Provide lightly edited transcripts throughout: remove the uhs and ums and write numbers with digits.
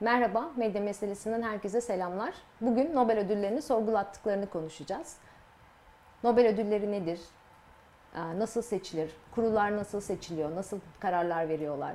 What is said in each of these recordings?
Merhaba, medya meselesinden herkese selamlar. Bugün Nobel ödüllerini sorgulattıklarını konuşacağız. Nobel ödülleri nedir? Nasıl seçilir? Kurullar nasıl seçiliyor? Nasıl kararlar veriyorlar?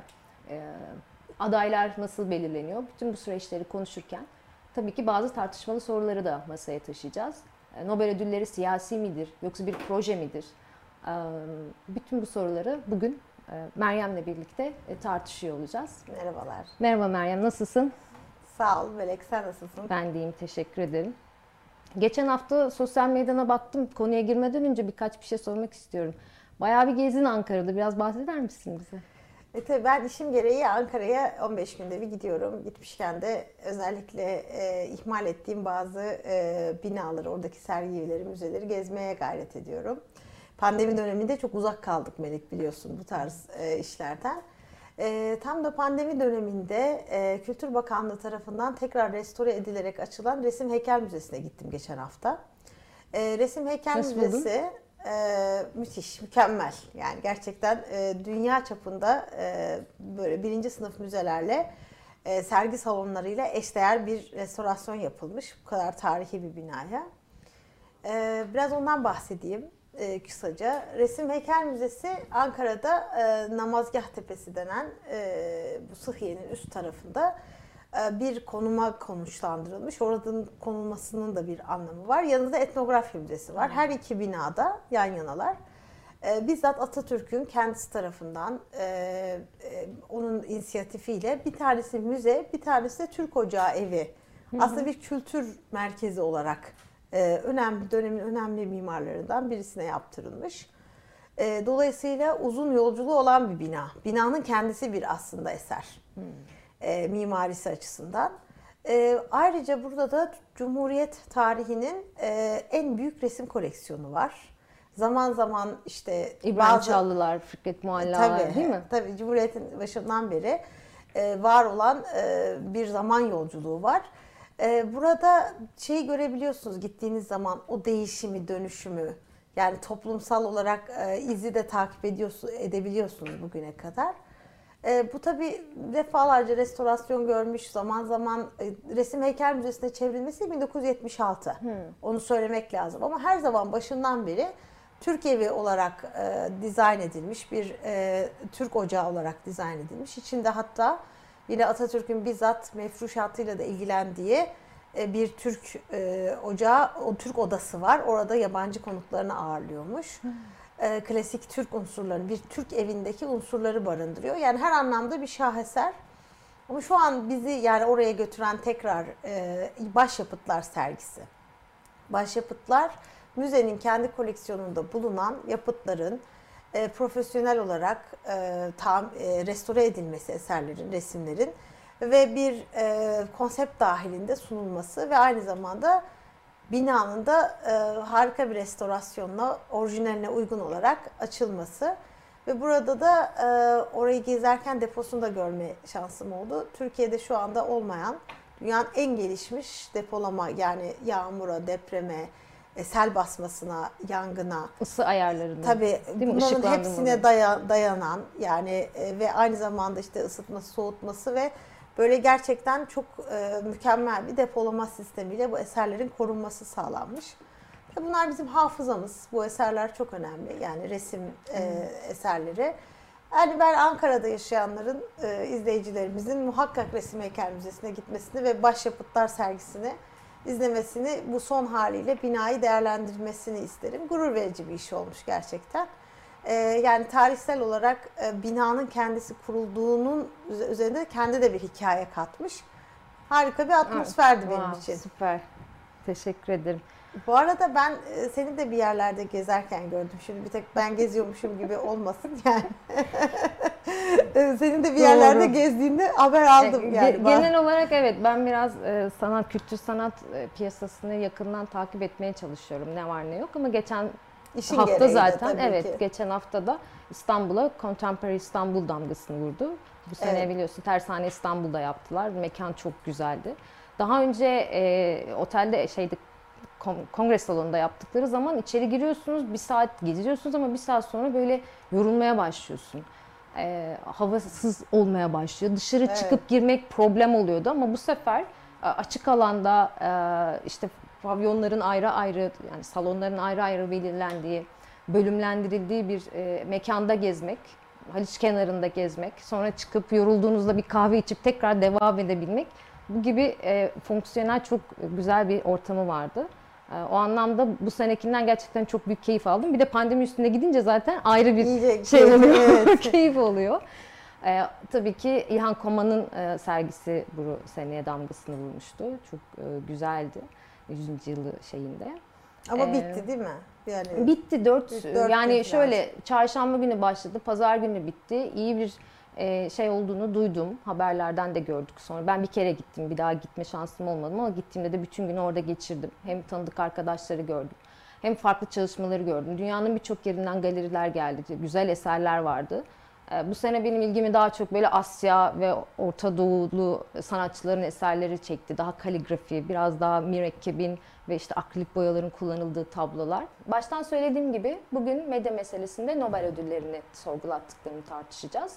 Adaylar nasıl belirleniyor? Bütün bu süreçleri konuşurken tabii ki bazı tartışmalı soruları da masaya taşıyacağız. Nobel ödülleri siyasi midir? Yoksa bir proje midir? Bütün bu soruları bugün Meryem'le birlikte tartışıyor olacağız. Merhabalar. Merhaba Meryem, nasılsın? Sağ ol Melek, sen nasılsın? Ben de iyiyim, teşekkür ederim. Geçen hafta sosyal medyana baktım. Konuya girmeden önce birkaç bir şey sormak istiyorum. Bayağı bir gezdin Ankara'da. Biraz bahseder misin bize? Tabii ben işim gereği Ankara'ya 15 günde bir gidiyorum. Gitmişken de özellikle ihmal ettiğim bazı binaları, oradaki sergileri, müzeleri gezmeye gayret ediyorum. Pandemi döneminde çok uzak kaldık Melek, biliyorsun bu tarz işlerden. Tam da pandemi döneminde Kültür Bakanlığı tarafından tekrar restore edilerek açılan Resim Heykel Müzesi'ne gittim geçen hafta. Resim Heykel Nasıl Müzesi müthiş, mükemmel. Yani gerçekten dünya çapında böyle birinci sınıf müzelerle sergi salonlarıyla eşdeğer bir restorasyon yapılmış. Bu kadar tarihi bir binaya. Biraz ondan bahsedeyim kısaca. Resim Heykel Müzesi Ankara'da Namazgah Tepesi denen bu Sıhhiye'nin üst tarafında bir konuma konuşlandırılmış. Oradan konulmasının da bir anlamı var. Yanında etnografya müzesi var. Her iki binada yan yanalar. Bizzat Atatürk'ün kendisi tarafından onun inisiyatifiyle bir tanesi müze, bir tanesi de Türk Ocağı evi. Aslında bir kültür merkezi olarak önemli, dönemin önemli mimarlarından birisine yaptırılmış. Dolayısıyla uzun yolculuğu olan bir bina. Binanın kendisi bir aslında eser. Mimarisi açısından. Ayrıca burada da Cumhuriyet tarihinin en büyük resim koleksiyonu var. Zaman zaman işte İbrahim Çallılar, Fikret Muallalar değil mi? Tabii Cumhuriyet'in başından beri var olan bir zaman yolculuğu var. Burada şeyi görebiliyorsunuz gittiğiniz zaman, o değişimi, dönüşümü. Yani toplumsal olarak izi de takip edebiliyorsunuz bugüne kadar. Bu tabii defalarca restorasyon görmüş, zaman zaman Resim Heykel Müzesi'ne çevrilmesi 1976. Onu söylemek lazım ama her zaman başından beri Türk evi olarak dizayn edilmiş, bir Türk ocağı olarak dizayn edilmiş. İçinde hatta yine Atatürk'ün bizzat mefruşatıyla da ilgilendiği bir Türk ocağı, o Türk odası var. Orada yabancı konuklarını ağırlıyormuş. Klasik Türk unsurlarını, bir Türk evindeki unsurları barındırıyor. Yani her anlamda bir şaheser. Ama şu an bizi yani oraya götüren tekrar başyapıtlar sergisi. Başyapıtlar, müzenin kendi koleksiyonunda bulunan yapıtların profesyonel olarak restore edilmesi, eserlerin, resimlerin ve bir konsept dahilinde sunulması ve aynı zamanda binanın da harika bir restorasyonla orijinaline uygun olarak açılması. Ve burada da orayı gezerken deposunu da görme şansım oldu. Türkiye'de şu anda olmayan, dünyanın en gelişmiş depolama, yani yağmura, depreme, sel basmasına, yangına, Isı ayarlarını. tabii bunların hepsine dayanan, yani ve aynı zamanda işte ısıtması, soğutması ve böyle gerçekten çok mükemmel bir depolama sistemiyle bu eserlerin korunması sağlanmış. Ve bunlar bizim hafızamız. Bu eserler çok önemli. Yani resim eserleri. Yani ben Ankara'da yaşayanların, izleyicilerimizin muhakkak Resim Heykel Müzesi'ne gitmesini ve başyapıtlar sergisini izlemesini, bu son haliyle binayı değerlendirmesini isterim. Gurur verici bir iş olmuş gerçekten. Yani tarihsel olarak binanın kendisi kurulduğunun üzerinde kendi de bir hikaye katmış. Harika bir atmosferdi benim için. Süper. Teşekkür ederim. Bu arada ben seni de bir yerlerde gezerken gördüm. Şimdi bir tek ben geziyormuşum gibi olmasın yani. Senin de bir yerlerde gezdiğinde haber aldım yani. Genel olarak evet, ben biraz kültür sanat piyasasını yakından takip etmeye çalışıyorum. Ne var ne yok ama geçen hafta zaten geçen hafta da İstanbul'a Contemporary İstanbul damgasını vurdu. Bu sene biliyorsun Tersane İstanbul'da yaptılar. Mekan çok güzeldi. Daha önce otelde kongre salonunda yaptıkları zaman içeri giriyorsunuz, bir saat geziyorsunuz ama bir saat sonra böyle yorulmaya başlıyorsun. havasız olmaya başlıyor. Dışarı çıkıp girmek problem oluyordu ama bu sefer açık alanda işte pavyonların ayrı ayrı, yani salonların ayrı ayrı belirlendiği, bölümlendirildiği bir mekanda gezmek, Haliç kenarında gezmek, sonra çıkıp yorulduğunuzda bir kahve içip tekrar devam edebilmek, bu gibi fonksiyonel çok güzel bir ortamı vardı. O anlamda bu senekinden gerçekten çok büyük keyif aldım. Bir de pandemi üstüne gidince zaten ayrı bir şey oluyor, evet. Keyif oluyor. Tabii ki İlhan Koma'nın sergisi bu seneye damgasını vurmuştu. Çok güzeldi. 100. yılı şeyinde. Ama bitti değil mi? Yani bitti 4 yani şöyle çarşamba günü başladı, pazar günü bitti. İyi bir şey olduğunu duydum. Haberlerden de gördük sonra. Ben bir kere gittim. Bir daha gitme şansım olmadı ama gittiğimde de bütün günü orada geçirdim. Hem tanıdık arkadaşları gördüm, hem farklı çalışmaları gördüm. Dünyanın birçok yerinden galeriler geldi. Güzel eserler vardı. Bu sene benim ilgimi daha çok böyle Asya ve Orta Doğulu sanatçıların eserleri çekti. Daha kaligrafi, biraz daha mürekkebin ve işte akrilik boyaların kullanıldığı tablolar. Baştan söylediğim gibi bugün medya meselesinde Nobel ödüllerini sorgulattıklarını tartışacağız.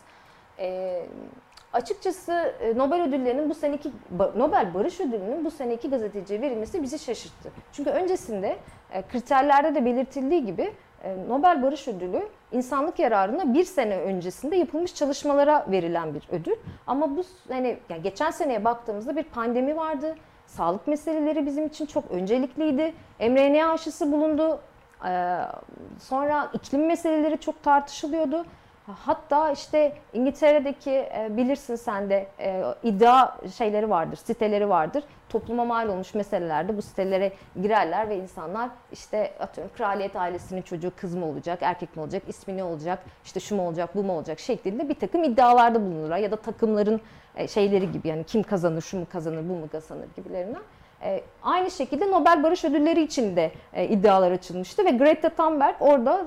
Açıkçası Nobel ödüllerinin bu seneki Nobel Barış Ödülü'nün bu seneki gazeteciye verilmesi bizi şaşırttı. Çünkü öncesinde kriterlerde de belirtildiği gibi Nobel Barış Ödülü insanlık yararına bir sene öncesinde yapılmış çalışmalara verilen bir ödül. Ama bu yani geçen seneye baktığımızda bir pandemi vardı. Sağlık meseleleri bizim için çok öncelikliydi. mRNA aşısı bulundu. Sonra iklim meseleleri çok tartışılıyordu. Hatta işte İngiltere'deki bilirsin sen de iddia şeyleri vardır, siteleri vardır. Topluma mal olmuş meselelerde bu sitelere girerler ve insanlar işte atıyorum kraliyet ailesinin çocuğu kız mı olacak, erkek mi olacak, ismi ne olacak, işte şu mu olacak, bu mu olacak şeklinde bir takım iddialarda bulunurlar. Ya da takımların şeyleri gibi, yani kim kazanır, şu mu kazanır, bu mu kazanır gibilerinden. Aynı şekilde Nobel Barış Ödülleri için de iddialar açılmıştı ve Greta Thunberg orada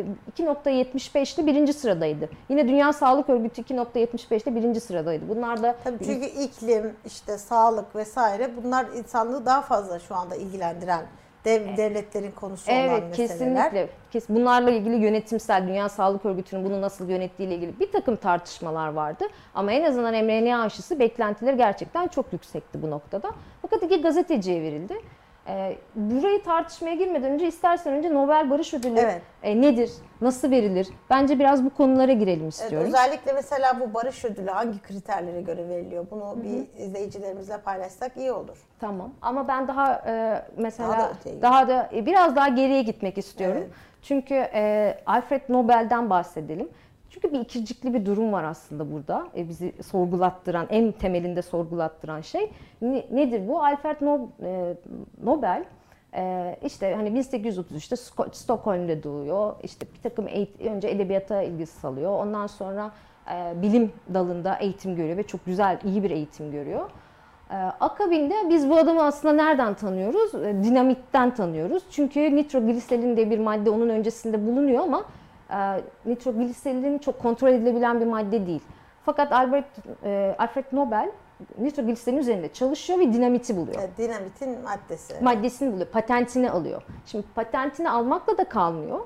2.75'li birinci sıradaydı. Yine Dünya Sağlık Örgütü 2.75'li birinci sıradaydı. Bunlar da tabii çünkü iklim, işte sağlık vesaire bunlar insanlığı daha fazla şu anda ilgilendiren devletlerin konusu olan meseleler. Evet, kesinlikle. Bunlarla ilgili yönetimsel, Dünya Sağlık Örgütü'nün bunu nasıl yönettiğiyle ilgili bir takım tartışmalar vardı. Ama en azından mRNA aşısı beklentileri gerçekten çok yüksekti bu noktada. Fakat iki gazeteciye verildi. Burayı tartışmaya girmeden önce istersen önce Nobel Barış Ödülü nedir, nasıl verilir? Bence biraz bu konulara girelim istiyorum. Evet, özellikle mesela bu Barış Ödülü hangi kriterlere göre veriliyor? Bunu bir izleyicilerimizle paylaşsak iyi olur. Tamam, ama ben daha mesela biraz daha geriye gitmek istiyorum. Evet. Çünkü Alfred Nobel'den bahsedelim. Çünkü bir ikircikli bir durum var aslında burada. Bizi sorgulattıran, en temelinde sorgulattıran şey nedir bu? Alfred Nobel işte hani 1833'te Stockholm'de doğuyor. İşte bir takım önce edebiyata ilgisi salıyor. Ondan sonra bilim dalında eğitim görüyor ve çok güzel, iyi bir eğitim görüyor. Akabinde biz bu adamı aslında nereden tanıyoruz? Dinamitten tanıyoruz. Çünkü nitrogliserin diye bir madde onun öncesinde bulunuyor ama nitrogliserin çok kontrol edilebilen bir madde değil. Fakat Alfred Nobel nitrogliserin üzerinde çalışıyor ve dinamiti buluyor. Evet, dinamitin maddesini buluyor, patentini alıyor. Şimdi patentini almakla da kalmıyor.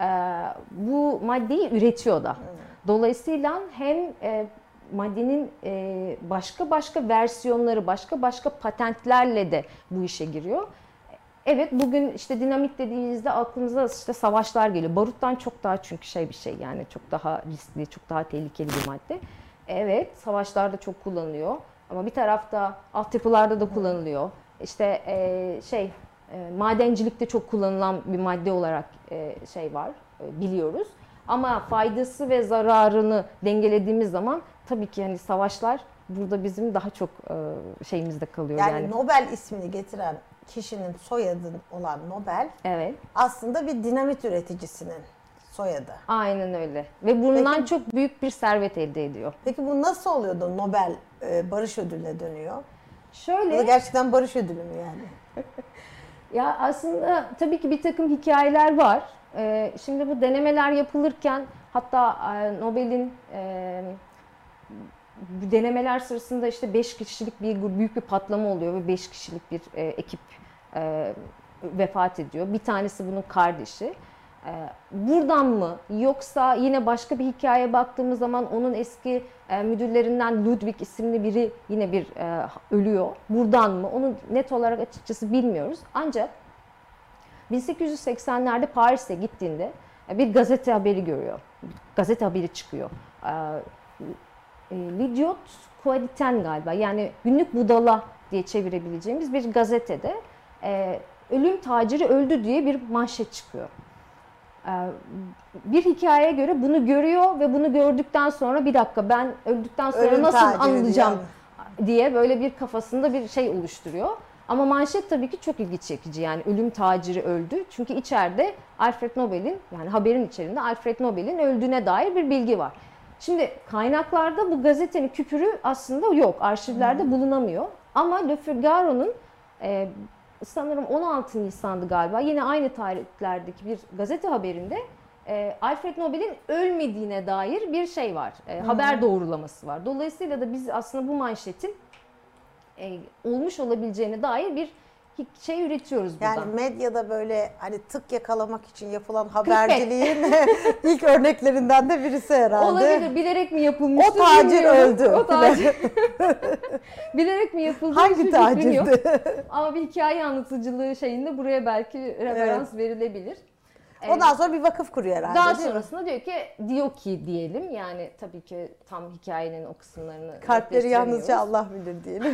Bu maddeyi üretiyor da. Dolayısıyla hem maddenin başka versiyonları, başka patentlerle de bu işe giriyor. Evet, bugün işte dinamit dediğinizde aklınıza işte savaşlar geliyor. Baruttan çok daha çünkü bir şey yani çok daha riskli, çok daha tehlikeli bir madde. Evet, savaşlarda çok kullanılıyor ama bir tarafta altyapılarda da kullanılıyor. İşte madencilikte çok kullanılan bir madde olarak var, biliyoruz. Ama faydası ve zararını dengelediğimiz zaman tabii ki hani savaşlar burada bizim daha çok şeyimizde kalıyor. Yani Nobel ismini getiren kişinin soyadı olan Nobel, evet, aslında bir dinamit üreticisinin soyadı. Aynen öyle. Ve bundan çok büyük bir servet elde ediyor. Peki bu nasıl oluyor da Nobel Barış Ödülü'ne dönüyor? Şöyle. Bu gerçekten barış ödülü mü yani? Ya aslında tabii ki bir takım hikayeler var. Şimdi bu denemeler yapılırken hatta Nobel'in bu denemeler sırasında işte 5 kişilik büyük bir patlama oluyor ve 5 kişilik bir ekip vefat ediyor. Bir tanesi bunun kardeşi. Buradan mı, yoksa yine başka bir hikayeye baktığımız zaman onun eski müdürlerinden Ludwig isimli biri yine bir ölüyor. Buradan mı? Onu net olarak açıkçası bilmiyoruz. Ancak 1880'lerde Paris'e gittiğinde bir gazete haberi görüyor. Gazete haberi çıkıyor. L'Idiot Quotidien galiba, yani günlük budala diye çevirebileceğimiz bir gazetede ölüm taciri öldü diye bir manşet çıkıyor. Bir hikayeye göre bunu görüyor ve bunu gördükten sonra bir dakika, ben öldükten sonra Ölüm nasıl taciri anılacağım diyor. diye böyle bir kafasında bir şey oluşturuyor. Ama manşet tabii ki çok ilgi çekici, yani ölüm taciri öldü. Çünkü içeride Alfred Nobel'in, yani haberin içerisinde Alfred Nobel'in öldüğüne dair bir bilgi var. Şimdi kaynaklarda bu gazetenin küpürü aslında yok, arşivlerde bulunamıyor. Ama Le Figaro'nun sanırım 16 Nisan'dı galiba, yine aynı tarihlerdeki bir gazete haberinde Alfred Nobel'in ölmediğine dair bir şey var, haber doğrulaması var. Dolayısıyla da biz aslında bu manşetin olmuş olabileceğine dair bir şey üretiyoruz buradan. Yani medyada böyle hani tık yakalamak için yapılan haberciliğin ilk örneklerinden de birisi herhalde. Olabilir. Bilerek mi yapılmıştı? O tacir bilmiyorum. öldü. O tacir. Bilerek mi yapıldı? Hangi tacirdi? Ama bir hikaye anlatıcılığı şeyinde buraya belki referans verilebilir. Ondan sonra bir vakıf kuruyor herhalde. Daha değil mi? sonrasında diyor ki diyelim, yani tabii ki tam hikayenin o kısımlarını Kalpleri yalnızca netleştiremiyoruz. Allah bilir diyelim.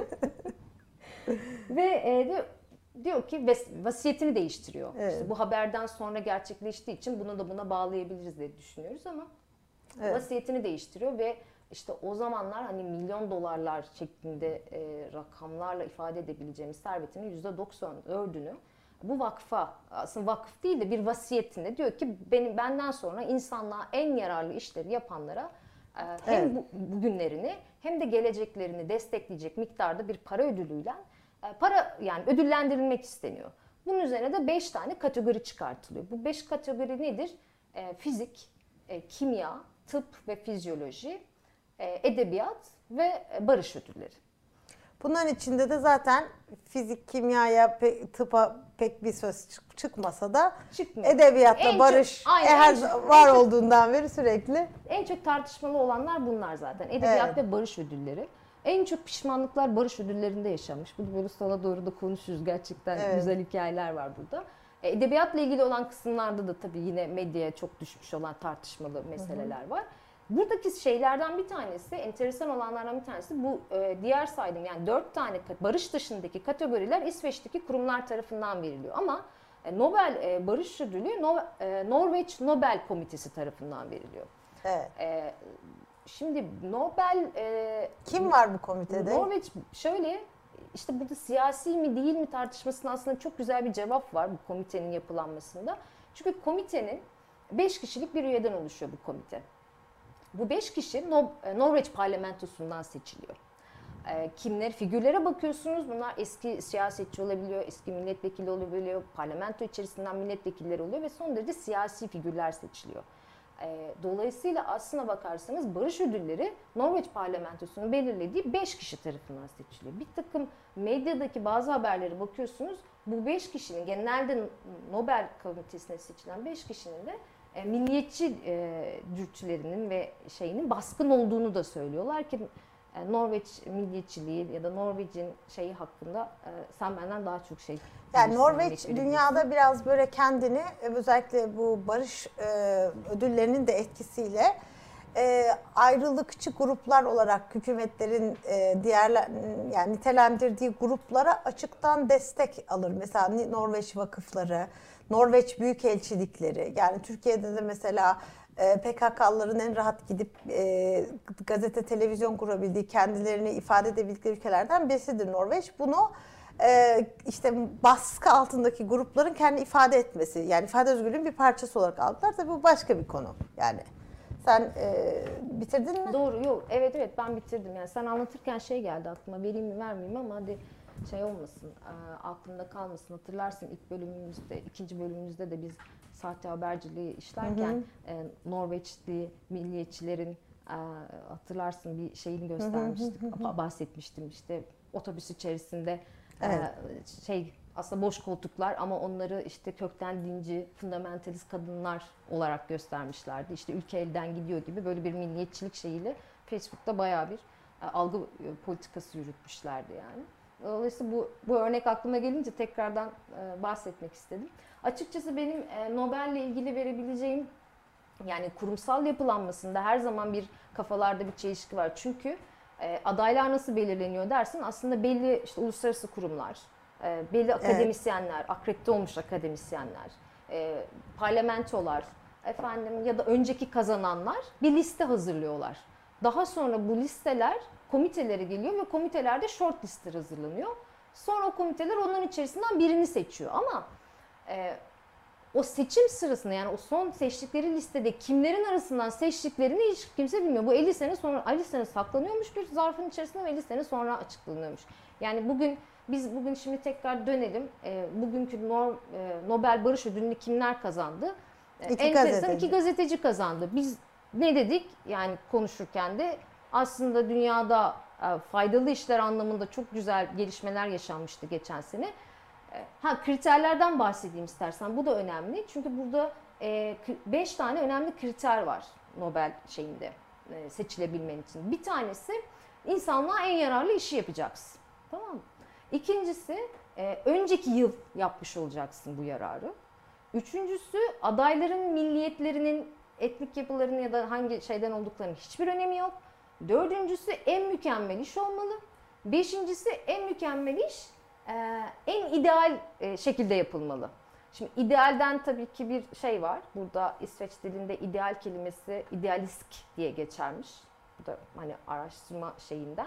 Ve diyor ki vasiyetini değiştiriyor. Evet. İşte bu haberden sonra gerçekleştiği için bunu da buna bağlayabiliriz diye düşünüyoruz ama Evet. vasiyetini değiştiriyor ve işte o zamanlar hani milyon dolarlar şeklinde rakamlarla ifade edebileceğimiz servetinin %94'ünü bu vakfa, aslında vakıf değil de bir vasiyetinde diyor ki benden sonra insanlığa en yararlı işleri yapanlara hem Evet. bugünlerini hem de geleceklerini destekleyecek miktarda bir para ödülüyle yani ödüllendirilmek isteniyor. Bunun üzerine de 5 tane kategori çıkartılıyor. Bu 5 kategori nedir? Fizik, kimya, tıp ve fizyoloji, edebiyat ve barış ödülleri. Bunların içinde de zaten fizik, kimyaya, tıpa pek bir söz çıkmasa da Çıkmıyor. edebiyatta En barış çok- aynen, her en çok- var en çok- olduğundan beri sürekli. En çok tartışmalı olanlar bunlar zaten. Edebiyat Evet. ve barış ödülleri. En çok pişmanlıklar barış ödüllerinde yaşanmış. Bunu böyle sona doğru da konuşuruz. Gerçekten Evet. güzel hikayeler var burada. Edebiyatla ilgili olan kısımlarda da tabii yine medyaya çok düşmüş olan tartışmalı meseleler var. Buradaki şeylerden bir tanesi, enteresan olanlardan bir tanesi bu diğer saydığım, yani 4 tane barış dışındaki kategoriler İsveç'teki kurumlar tarafından veriliyor. Ama Nobel Barış Ödülü Norveç Nobel Komitesi tarafından veriliyor. Evet. Şimdi Nobel Kim var bu komitede? Norveç şöyle, işte burada siyasi mi değil mi tartışmasına aslında çok güzel bir cevap var bu komitenin yapılanmasında. Çünkü komitenin 5 kişilik bir üyeden oluşuyor bu komite. Bu 5 kişi Norveç parlamentosundan seçiliyor. Figürlere bakıyorsunuz. Bunlar eski siyasetçi olabiliyor, eski milletvekili olabiliyor, parlamento içerisinden milletvekilleri oluyor ve son derece siyasi figürler seçiliyor. Dolayısıyla aslına bakarsanız barış ödülleri Norveç parlamentosunun belirlediği 5 kişi tarafından seçiliyor. Bir takım medyadaki bazı haberlere bakıyorsunuz. Bu 5 kişinin, genelde Nobel komitesine seçilen 5 kişinin de milliyetçi dürtülerinin ve şeyinin baskın olduğunu da söylüyorlar ki Norveç milliyetçiliği ya da Norveç'in şeyi hakkında sen benden daha çok şey Yani bilirsin, Norveç örnek dünyada biraz böyle kendini özellikle bu barış ödüllerinin de etkisiyle ayrılıkçı gruplar olarak hükümetlerin yani nitelendirdiği gruplara açıktan destek alır. Mesela Norveç vakıfları, Norveç büyükelçilikleri, yani Türkiye'de de mesela PKK'lıların en rahat gidip gazete, televizyon kurabildiği, kendilerini ifade edebildikleri ülkelerden birisidir Norveç. Bunu işte baskı altındaki grupların kendi ifade etmesi, yani ifade özgürlüğünün bir parçası olarak aldılar. Tabii bu başka bir konu yani. Sen bitirdin mi? Doğru, yok. Evet ben bitirdim. Yani sen anlatırken şey geldi aklıma. Vereyim mi vermeyeyim ama hadi şey olmasın, aklımda kalmasın. Hatırlarsın ilk bölümümüzde, ikinci bölümümüzde de biz sahte haberciliği işlerken Norveçli milliyetçilerin hatırlarsın bir şeyini göstermiştik, bahsetmiştim işte otobüs içerisinde aslında boş koltuklar ama onları işte kökten dinci, fundamentalist kadınlar olarak göstermişlerdi. İşte ülke elden gidiyor gibi böyle bir milliyetçilik şeyiyle Facebook'ta bayağı bir algı politikası yürütmüşlerdi yani. Dolayısıyla bu örnek aklıma gelince tekrardan bahsetmek istedim. Açıkçası benim Nobel'le ilgili verebileceğim, yani kurumsal yapılanmasında her zaman bir kafalarda bir çelişki var. Çünkü adaylar nasıl belirleniyor dersin, aslında belli işte uluslararası kurumlar, belli akademisyenler, akredite olmuş akademisyenler, parlamentolar, efendim ya da önceki kazananlar bir liste hazırlıyorlar. Daha sonra bu listeler komitelere geliyor ve komitelerde short listeler hazırlanıyor. Sonra o komiteler onların içerisinden birini seçiyor ama o seçim sırasında, yani o son seçtikleri listede kimlerin arasından seçtiklerini hiç kimse bilmiyor. Bu 50 sene sonra, 50 sene saklanıyormuş bir zarfın içerisinde ve 50 sene sonra açıklanıyormuş. Yani biz bugün şimdi tekrar dönelim. Bugünkü Nobel Barış Ödülünü kimler kazandı? İki gazeteci kazandı. Biz ne dedik? Yani konuşurken de aslında dünyada faydalı işler anlamında çok güzel gelişmeler yaşanmıştı geçen sene. Kriterlerden bahsedeyim istersen. Bu da önemli. Çünkü burada 5 tane önemli kriter var Nobel şeyinde seçilebilmen için. Bir tanesi, insanlığa en yararlı işi yapacaksın. Tamam mı? İkincisi, önceki yıl yapmış olacaksın bu yararı. Üçüncüsü, adayların milliyetlerinin, etnik yapılarının ya da hangi şeyden olduklarının hiçbir önemi yok. Dördüncüsü, en mükemmel iş olmalı. Beşincisi, en mükemmel iş en ideal şekilde yapılmalı. Şimdi idealden tabii ki bir şey var. Burada İsveç dilinde ideal kelimesi idealisk diye geçermiş. Bu da hani araştırma şeyinden.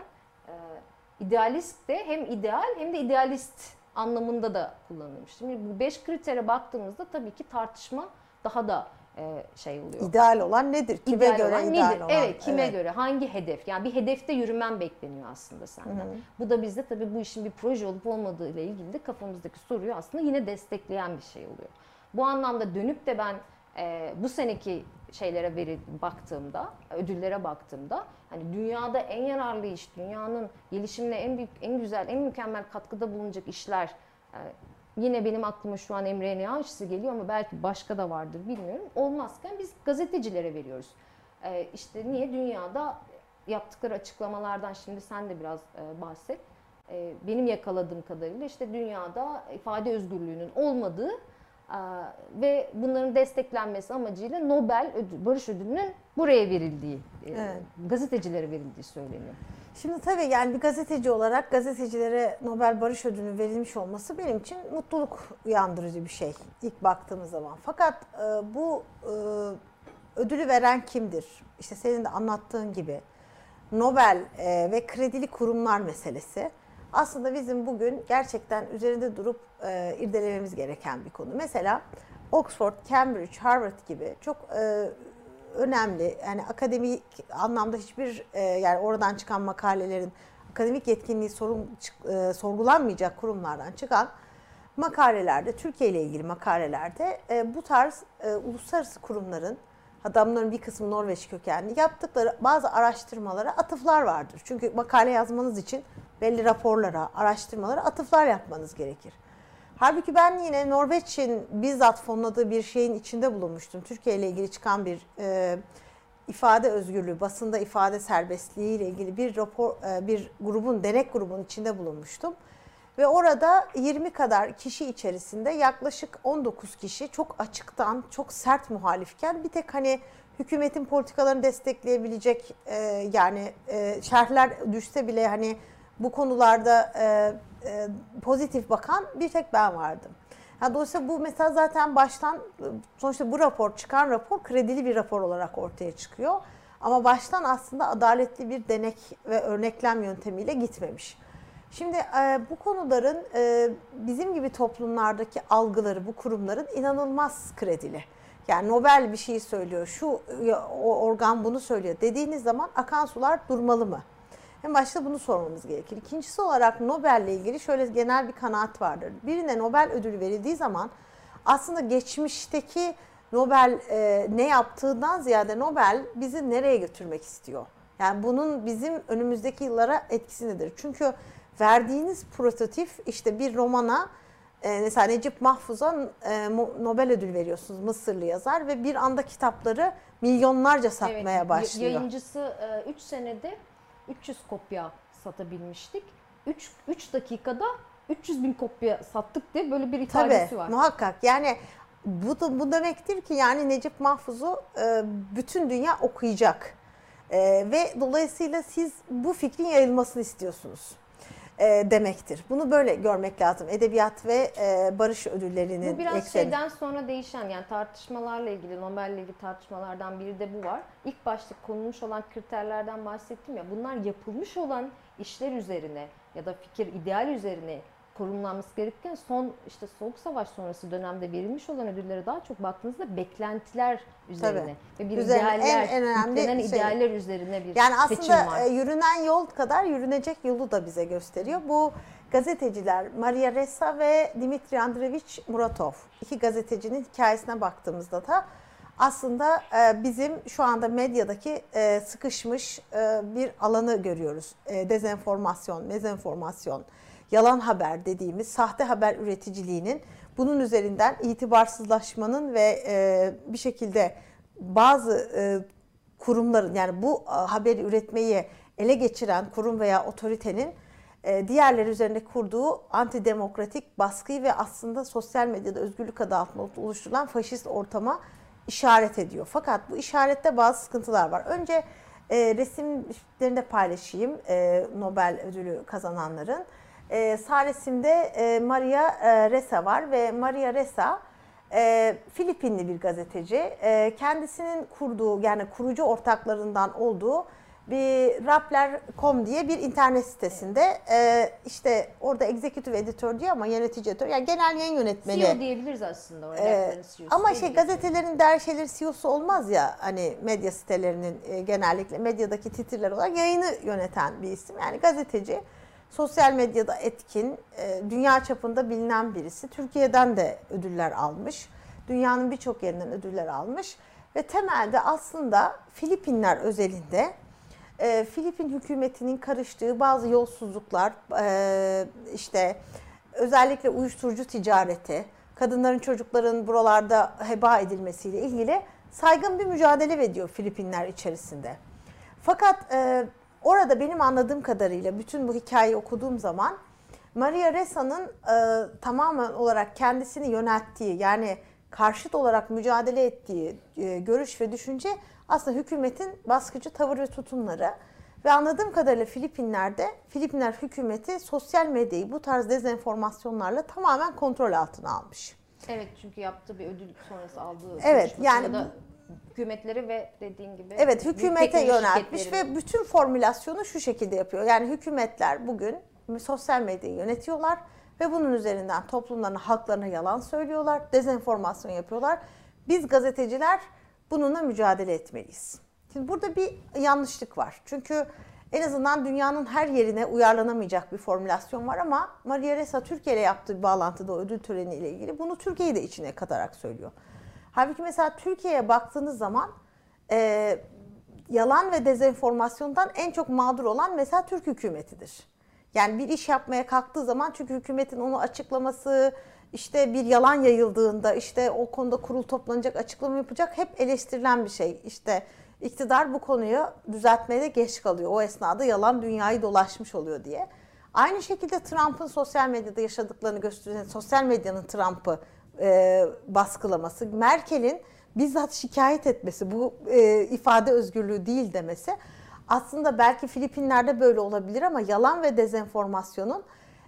İdealisk de hem ideal hem de idealist anlamında da kullanılmış. Şimdi bu 5 kritere baktığımızda tabii ki tartışma daha da şey oluyor. İdeal olan nedir? Kime İdeal göre olan ideal nedir? olan? Evet, kime göre? Hangi hedef? Yani bir hedefte yürümen bekleniyor aslında senden. Bu da bizde tabii bu işin bir proje olup olmadığı ile ilgili de kafamızdaki soruyu aslında yine destekleyen bir şey oluyor. Bu anlamda dönüp de ben bu seneki şeylere baktığımda, ödüllere baktığımda, hani dünyada en yararlı iş, dünyanın gelişimine en büyük, en güzel, en mükemmel katkıda bulunacak işler, yine benim aklıma şu an mRNA aşısı geliyor ama belki başka da vardır bilmiyorum. Olmazken biz gazetecilere veriyoruz. İşte niye? Dünyada yaptıkları açıklamalardan şimdi sen de biraz bahset. Benim yakaladığım kadarıyla işte dünyada ifade özgürlüğünün olmadığı ve bunların desteklenmesi amacıyla Nobel Barış Ödülü'nün buraya verildiği, gazetecilere verildiği söyleniyor. Şimdi tabii yani bir gazeteci olarak gazetecilere Nobel Barış Ödülü verilmiş olması benim için mutluluk uyandırıcı bir şey ilk baktığımız zaman. Fakat bu ödülü veren kimdir? İşte senin de anlattığın gibi Nobel ve kredili kurumlar meselesi aslında bizim bugün gerçekten üzerinde durup irdelememiz gereken bir konu. Mesela Oxford, Cambridge, Harvard gibi çok önemli, yani akademik anlamda hiçbir yani oradan çıkan makalelerin akademik yetkinliği sorgulanmayacak kurumlardan çıkan makalelerde, Türkiye ile ilgili makalelerde bu tarz uluslararası kurumların, hatta bunların bir kısmı Norveç kökenli, yaptıkları bazı araştırmalara atıflar vardır. Çünkü makale yazmanız için belli raporlara, araştırmalara atıflar yapmanız gerekir. Halbuki ben yine Norveç'in bizzat fonladığı bir şeyin içinde bulunmuştum. Türkiye ile ilgili çıkan bir ifade özgürlüğü, basında ifade serbestliği ile ilgili bir rapor, bir grubun, denek grubunun içinde bulunmuştum. Ve orada 20 kadar kişi içerisinde yaklaşık 19 kişi çok açıktan, çok sert muhalifken bir tek hani hükümetin politikalarını destekleyebilecek şerhler düşse bile hani bu konularda pozitif bakan bir tek ben vardım. Yani dolayısıyla bu mesela zaten baştan, sonuçta bu rapor, çıkan rapor kredili bir rapor olarak ortaya çıkıyor. Ama baştan aslında adaletli bir denek ve örneklem yöntemiyle gitmemiş. Şimdi bu konuların bizim gibi toplumlardaki algıları, bu kurumların inanılmaz kredili. Yani Nobel bir şey söylüyor, o organ bunu söylüyor dediğiniz zaman akan sular durmalı mı? En başta bunu sormamız gerekir. İkincisi olarak Nobel'le ilgili şöyle genel bir kanaat vardır. Birine Nobel ödülü verildiği zaman aslında geçmişteki Nobel ne yaptığından ziyade Nobel bizi nereye götürmek istiyor? Yani bunun bizim önümüzdeki yıllara etkisi nedir? Çünkü verdiğiniz prototip işte bir romana Mesela Necip Mahfuz'a Nobel ödül veriyorsunuz, Mısırlı yazar ve bir anda kitapları milyonlarca satmaya başlıyor. Yayıncısı 3 senede 300 kopya satabilmiştik. 3 dakikada 300 bin kopya sattık diye böyle bir ifadesi var. Muhakkak. Yani bu demektir ki yani Necip Mahfuz'u bütün dünya okuyacak. Ve dolayısıyla siz bu fikrin yayılmasını istiyorsunuz demektir. Bunu böyle görmek lazım. Edebiyat ve barış ödüllerinin bu biraz ekseni. şeyden sonra değişen, yani tartışmalarla ilgili, Nobel'le ilgili tartışmalardan biri de bu var. İlk başta konulmuş olan kriterlerden bahsettim ya, bunlar yapılmış olan işler üzerine ya da fikir, ideal üzerine korunlanması gerekirken son işte Soğuk Savaş sonrası dönemde verilmiş olan ödüllere daha çok baktığınızda beklentiler üzerine ve bir idealler, en önemli yüklenen idealler üzerine bir yani seçim var. aslında yürünen yol kadar yürünecek yolu da bize gösteriyor. Bu gazeteciler Maria Ressa ve Dmitri Andreevich Muratov, iki gazetecinin hikayesine baktığımızda da aslında bizim şu anda medyadaki sıkışmış bir alanı görüyoruz. Dezenformasyon, mezenformasyon, yalan haber dediğimiz sahte haber üreticiliğinin, bunun üzerinden itibarsızlaşmanın ve bir şekilde bazı kurumların, yani bu haberi üretmeyi ele geçiren kurum veya otoritenin diğerleri üzerinde kurduğu antidemokratik baskıyı ve aslında sosyal medyada özgürlük adı altında oluşturulan faşist ortama işaret ediyor. Fakat bu işarette bazı sıkıntılar var. Önce resimlerini de paylaşayım Nobel ödülü kazananların. Sağ resimde Maria Ressa var ve Maria Ressa Filipinli bir gazeteci. Kendisinin kurduğu, yani kurucu ortaklarından olduğu bir Rappler.com diye bir internet sitesinde işte orada executive editor diyor ama yönetici editör, yani genel yayın yönetmeni. CEO diyebiliriz aslında orada. Ama gazetelerin der şeyleri CEO'su olmaz ya, hani medya sitelerinin genellikle medyadaki titirler olarak yayını yöneten bir isim. Yani gazeteci, sosyal medyada etkin, dünya çapında bilinen birisi. Türkiye'den de ödüller almış. Dünyanın birçok yerinden ödüller almış. Ve temelde aslında Filipinler özelinde Filipin hükümetinin karıştığı bazı yolsuzluklar, işte özellikle uyuşturucu ticareti, kadınların, çocukların buralarda heba edilmesiyle ilgili saygın bir mücadele veriyor Filipinler içerisinde. Fakat orada benim anladığım kadarıyla bütün bu hikayeyi okuduğum zaman Maria Ressa'nın tamamen olarak kendisini yönelttiği, yani karşıt olarak mücadele ettiği görüş ve düşünce aslında hükümetin baskıcı tavır ve tutumları. Ve anladığım kadarıyla Filipinler hükümeti sosyal medyayı bu tarz dezenformasyonlarla tamamen kontrol altına almış. Evet, çünkü yaptığı bir ödül sonrası aldığı yani da hükümetleri ve dediğin gibi hükümete yöneltmiş ve bütün formülasyonu şu şekilde yapıyor. Yani hükümetler bugün sosyal medyayı yönetiyorlar ve bunun üzerinden toplumlarına, halklarına yalan söylüyorlar, dezenformasyon yapıyorlar. Biz gazeteciler bununla mücadele etmeliyiz. Şimdi burada bir yanlışlık var. Çünkü en azından dünyanın her yerine uyarlanamayacak bir formülasyon var ama Maria Ressa Türkiye ile yaptığı bir bağlantıda o ödül töreniyle ilgili bunu Türkiye'yi de içine katarak söylüyor. Halbuki mesela Türkiye'ye baktığınız zaman yalan ve dezenformasyondan en çok mağdur olan mesela Türk hükümetidir. Yani bir iş yapmaya kalktığı zaman, çünkü hükümetin onu açıklaması, işte bir yalan yayıldığında işte o konuda kurul toplanacak, açıklama yapacak, hep eleştirilen bir şey. İşte iktidar bu konuyu düzeltmeye de geç kalıyor. O esnada yalan dünyayı dolaşmış oluyor diye. Aynı şekilde Trump'ın sosyal medyada yaşadıklarını gösteren, sosyal medyanın Trump'ı baskılaması, Merkel'in bizzat şikayet etmesi, bu ifade özgürlüğü değil demesi. Aslında belki Filipinler'de böyle olabilir ama yalan ve dezenformasyonun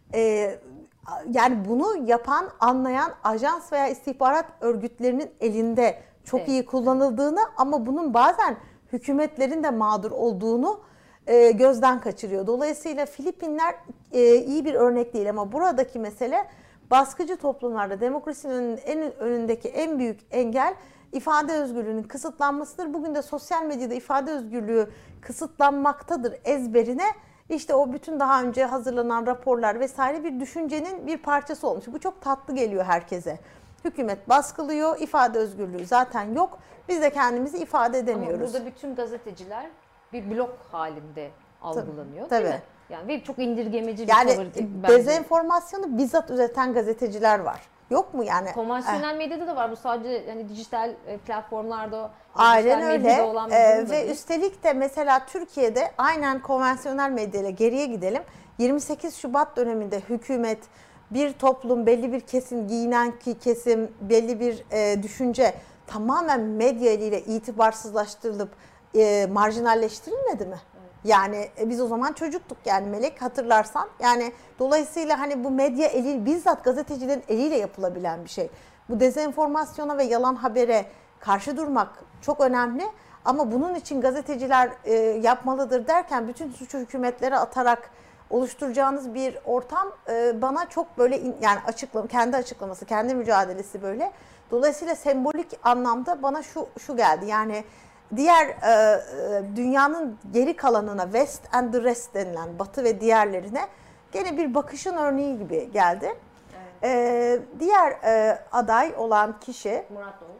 yani bunu yapan, anlayan ajans veya istihbarat örgütlerinin elinde çok iyi kullanıldığını ama bunun bazen hükümetlerin de mağdur olduğunu gözden kaçırıyor. Dolayısıyla Filipinler iyi bir örnek değil ama buradaki mesele, baskıcı toplumlarda demokrasinin en önündeki en büyük engel ifade özgürlüğünün kısıtlanmasıdır. Bugün de sosyal medyada ifade özgürlüğü kısıtlanmaktadır ezberine, işte o bütün daha önce hazırlanan raporlar vesaire bir düşüncenin bir parçası olmuş. Bu çok tatlı geliyor herkese. Hükümet baskılıyor, ifade özgürlüğü zaten yok. Biz de kendimizi ifade edemiyoruz. Ama burada bütün gazeteciler bir blok halinde algılanıyor, tabii. değil mi? Yani ve çok indirgemeci bir Yani tavır bence. dezenformasyonu bizzat üreten gazeteciler var. Yok mu yani? Konvansiyonel medyada da var. Bu sadece hani dijital platformlarda, Aynen dijital medyada öyle. olan bir durum da Ve değil. üstelik de mesela Türkiye'de aynen konvansiyonel medyayla geriye gidelim. 28 Şubat döneminde hükümet, bir toplum, belli bir kesim, giyinen kesim, belli bir düşünce tamamen medya eliyle itibarsızlaştırılıp marjinalleştirilmedi mi? Yani biz o zaman çocuktuk yani Melek, hatırlarsan. Yani dolayısıyla hani bu medya eli, bizzat gazetecilerin eliyle yapılabilen bir şey. Bu dezenformasyona ve yalan habere karşı durmak çok önemli. Ama bunun için gazeteciler yapmalıdır derken bütün suçu hükümetlere atarak oluşturacağınız bir ortam bana çok böyle yani kendi açıklaması, kendi mücadelesi böyle. Dolayısıyla sembolik anlamda bana şu geldi. Yani diğer dünyanın geri kalanına, West and the Rest denilen Batı ve diğerlerine gene bir bakışın örneği gibi geldi. Diğer aday olan kişi Muratov.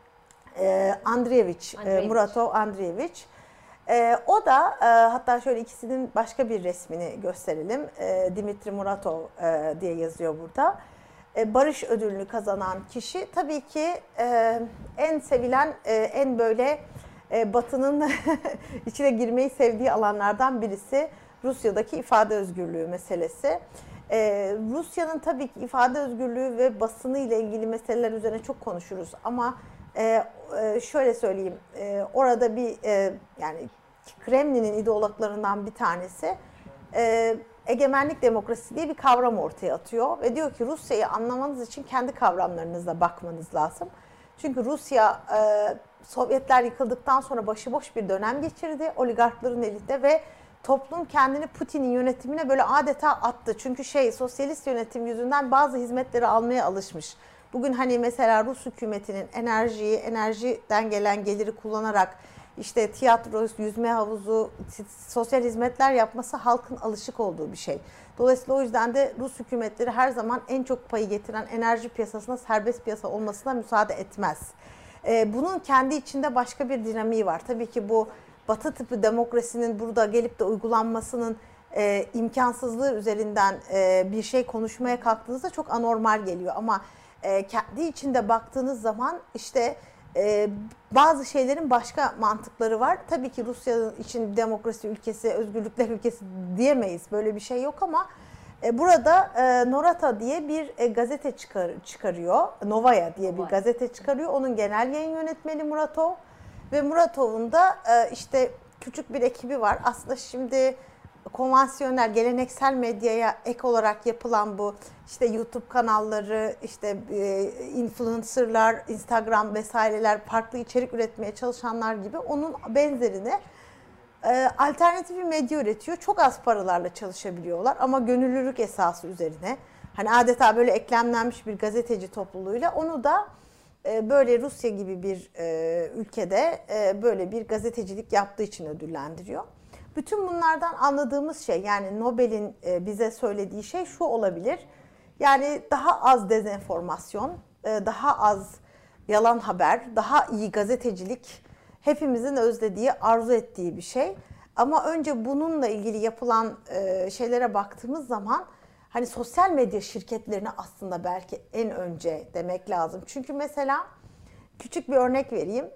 Muratov Andreevich. O da hatta şöyle ikisinin başka bir resmini gösterelim. Dimitri Muratov diye yazıyor burada. Barış ödülünü kazanan kişi tabii ki en sevilen, en böyle Batı'nın içine girmeyi sevdiği alanlardan birisi Rusya'daki ifade özgürlüğü meselesi. Rusya'nın tabii ki ifade özgürlüğü ve basını ile ilgili meseleler üzerine çok konuşuruz ama şöyle söyleyeyim, orada bir yani Kremlin'in ideologlarından bir tanesi egemenlik demokrasi diye bir kavram ortaya atıyor ve diyor ki Rusya'yı anlamanız için kendi kavramlarınızla bakmanız lazım. Çünkü Rusya Sovyetler yıkıldıktan sonra başıboş bir dönem geçirdi oligarkların elinde ve toplum kendini Putin'in yönetimine böyle adeta attı. Çünkü sosyalist yönetim yüzünden bazı hizmetleri almaya alışmış. Bugün hani mesela Rus hükümetinin enerjiden gelen geliri kullanarak işte tiyatro, yüzme havuzu, sosyal hizmetler yapması halkın alışık olduğu bir şey. Dolayısıyla o yüzden de Rus hükümetleri her zaman en çok payı getiren enerji piyasasına serbest piyasa olmasına müsaade etmez. Bunun kendi içinde başka bir dinamiği var. Tabii ki bu Batı tipi demokrasinin burada gelip de uygulanmasının imkansızlığı üzerinden bir şey konuşmaya kalktığınızda çok anormal geliyor. Ama kendi içinde baktığınız zaman işte bazı şeylerin başka mantıkları var. Tabii ki Rusya'nın için demokrasi ülkesi, özgürlükler ülkesi diyemeyiz. Böyle bir şey yok ama burada Norata diye bir gazete çıkarıyor. Novaya diye bir gazete çıkarıyor. Onun genel yayın yönetmeni Muratov. Ve Muratov'un da işte küçük bir ekibi var. Aslında şimdi konvansiyonel, geleneksel medyaya ek olarak yapılan bu işte YouTube kanalları, işte influencerlar, Instagram vesaireler, farklı içerik üretmeye çalışanlar gibi onun benzerini alternatif bir medya üretiyor. Çok az paralarla çalışabiliyorlar ama gönüllülük esası üzerine. Hani adeta böyle eklemlenmiş bir gazeteci topluluğuyla onu da böyle Rusya gibi bir ülkede böyle bir gazetecilik yaptığı için ödüllendiriyor. Bütün bunlardan anladığımız şey yani Nobel'in bize söylediği şey şu olabilir. Yani daha az dezenformasyon, daha az yalan haber, daha iyi gazetecilik hepimizin özlediği, arzu ettiği bir şey. Ama önce bununla ilgili yapılan şeylere baktığımız zaman hani sosyal medya şirketlerine aslında belki en önce demek lazım. Çünkü mesela küçük bir örnek vereyim.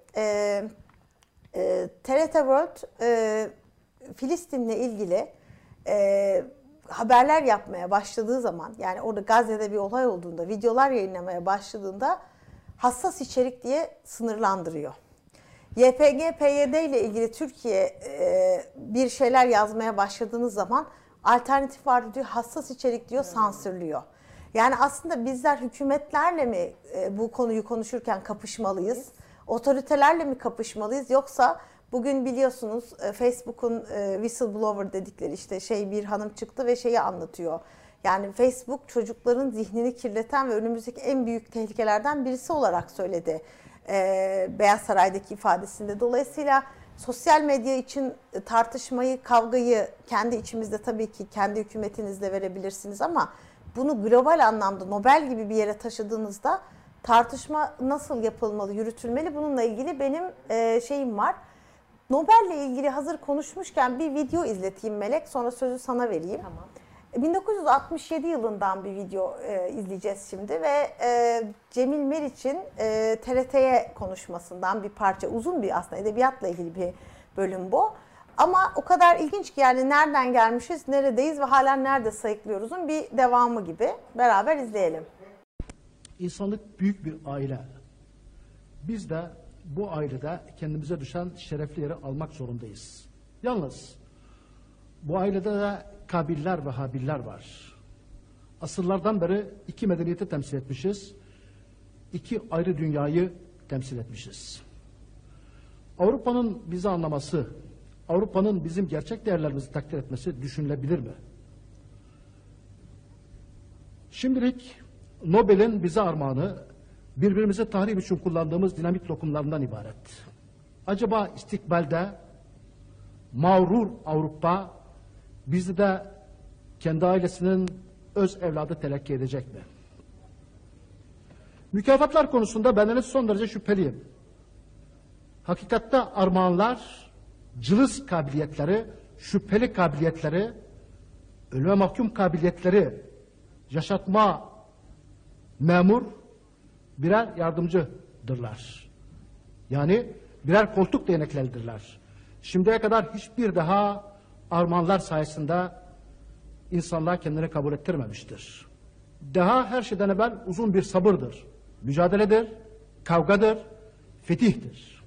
TRT World Filistin'le ilgili haberler yapmaya başladığı zaman yani orada Gazze'de bir olay olduğunda videolar yayınlamaya başladığında hassas içerik diye sınırlandırıyor. YPG, PYD ile ilgili Türkiye bir şeyler yazmaya başladığınız zaman alternatif var diyor, hassas içerik diyor, sansürlüyor. Yani aslında bizler hükümetlerle mi bu konuyu konuşurken kapışmalıyız? Otoritelerle mi kapışmalıyız? Yoksa bugün biliyorsunuz Facebook'un whistleblower dedikleri işte bir hanım çıktı ve şeyi anlatıyor. Yani Facebook çocukların zihnini kirleten ve önümüzdeki en büyük tehlikelerden birisi olarak söyledi Beyaz Saray'daki ifadesinde. Dolayısıyla sosyal medya için tartışmayı, kavgayı kendi içimizde tabii ki kendi hükümetinizle verebilirsiniz ama bunu global anlamda Nobel gibi bir yere taşıdığınızda tartışma nasıl yapılmalı, yürütülmeli bununla ilgili benim şeyim var. Nobel'le ilgili hazır konuşmuşken bir video izleteyim Melek, sonra sözü sana vereyim. Tamam. 1967 yılından bir video izleyeceğiz şimdi ve Cemil Meriç'in TRT'ye konuşmasından bir parça, uzun bir aslında edebiyatla ilgili bir bölüm bu. Ama o kadar ilginç ki yani nereden gelmişiz, neredeyiz ve hala nerede sayıklıyoruzun bir devamı gibi. Beraber izleyelim. İnsanlık büyük bir aile. Biz de bu ailede kendimize düşen şerefli yeri almak zorundayız. Yalnız bu ailede de Kabiller ve Habiller var. Asırlardan beri iki medeniyeti temsil etmişiz. İki ayrı dünyayı temsil etmişiz. Avrupa'nın bizi anlaması, Avrupa'nın bizim gerçek değerlerimizi takdir etmesi düşünülebilir mi? Şimdilik Nobel'in bize armağanı birbirimizi tahrip için kullandığımız dinamit lokumlarından ibaret. Acaba istikbalde mağrur Avrupa bizi de kendi ailesinin öz evladı telakki edecek mi? Mükafatlar konusunda bendeniz son derece şüpheliyim. Hakikatte armağanlar, cılız kabiliyetleri, şüpheli kabiliyetleri, ölüme mahkum kabiliyetleri yaşatma memur birer yardımcıdırlar. Yani birer koltuk değnekleridirler. Şimdiye kadar hiçbir daha armağanlar sayesinde insanlar kendini kabul ettirmemiştir. Daha her şeyden evvel uzun bir sabırdır, mücadeledir, kavgadır, fetihtir.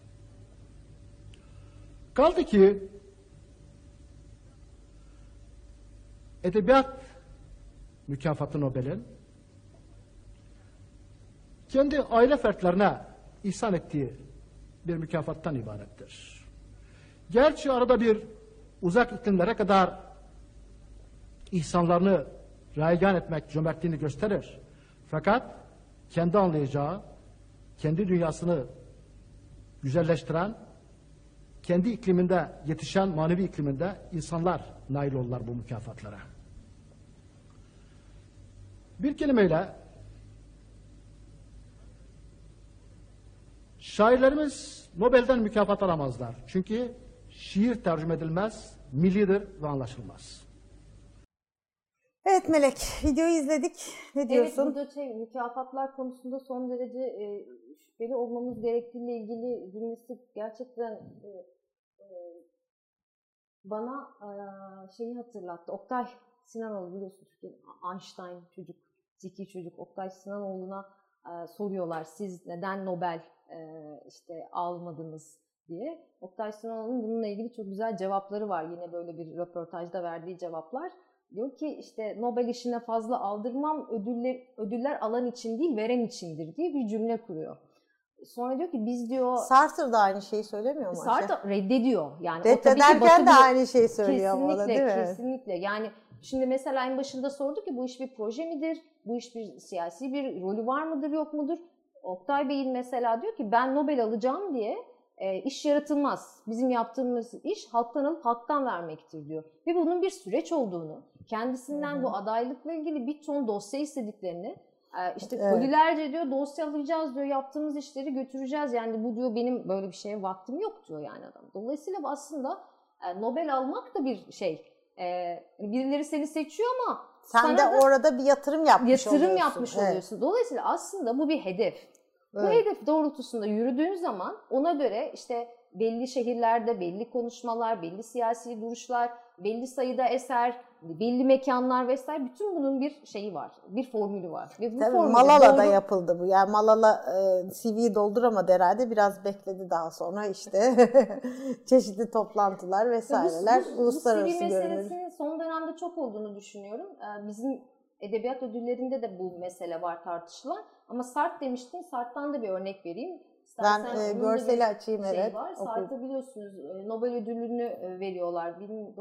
Kaldı ki edebiyat mükafatı Nobel'in kendi aile fertlerine ihsan ettiği bir mükafattan ibarettir. Gerçi arada bir uzak iklimlere kadar ihsanlarını raygan etmek cömertliğini gösterir. Fakat kendi anlayacağı, kendi dünyasını güzelleştiren, kendi ikliminde yetişen manevi ikliminde insanlar nail olurlar bu mükafatlara. Bir kelimeyle şairlerimiz Nobel'den mükafat alamazlar. Çünkü şiir tercüme edilmez, millidir ve anlaşılmaz. Evet Melek, videoyu izledik. Ne diyorsun? Evet, burada mükafatlar konusunda son derece şüpheli olmamız gerektiğiyle ilgili cümlesi gerçekten bana şeyi hatırlattı. Oktay Sinanoğlu, biliyorsun Einstein çocuk, zeki çocuk. Oktay Sinanoğlu'na soruyorlar, siz neden Nobel işte almadınız diye. Oktay Sinanoğlu'nun bununla ilgili çok güzel cevapları var. Yine böyle bir röportajda verdiği cevaplar. Diyor ki işte Nobel işine fazla aldırmam, ödüller alan için değil veren içindir diye bir cümle kuruyor. Sonra diyor ki biz diyor... Sartre da aynı şeyi söylemiyor mu? Sartre reddediyor. Yani reddederken de aynı şeyi söylüyor. Kesinlikle, değil mi? kesinlikle. Yani şimdi mesela en başında sordu ki bu iş bir proje midir? Bu iş bir siyasi bir rolü var mıdır yok mudur? Oktay Bey'in mesela diyor ki ben Nobel alacağım diye iş yaratılmaz. Bizim yaptığımız iş halktan alıp halktan vermektir diyor. Ve bunun bir süreç olduğunu, kendisinden bu adaylıkla ilgili bir ton dosya istediklerini, işte kolilerce diyor dosya alacağız diyor, yaptığımız işleri götüreceğiz. Yani bu diyor benim böyle bir şeye vaktim yok diyor yani adam. Dolayısıyla aslında Nobel almak da bir şey. Birileri seni seçiyor ama sen de orada bir yatırım yapmış oluyorsun. Dolayısıyla aslında bu bir hedef. Evet. Bu hedef doğrultusunda yürüdüğün zaman ona göre işte belli şehirlerde belli konuşmalar, belli siyasi duruşlar, belli sayıda eser, belli mekanlar vesaire, bütün bunun bir şeyi var, bir formülü var. Ve bu tabii Malala'da yapıldı bu. Yani Malala CV'yi dolduramadı herhalde, biraz bekledi daha sonra işte çeşitli toplantılar vesaireler, uluslararası görünür. Bu CV meselesinin son dönemde çok olduğunu düşünüyorum. Bizim edebiyat ödüllerinde de bu mesele var tartışılan. Ama Sartre demiştin, Sartre'dan da bir örnek vereyim. Ben görseli açayım, evet. Sartre biliyorsunuz Nobel ödülünü veriyorlar.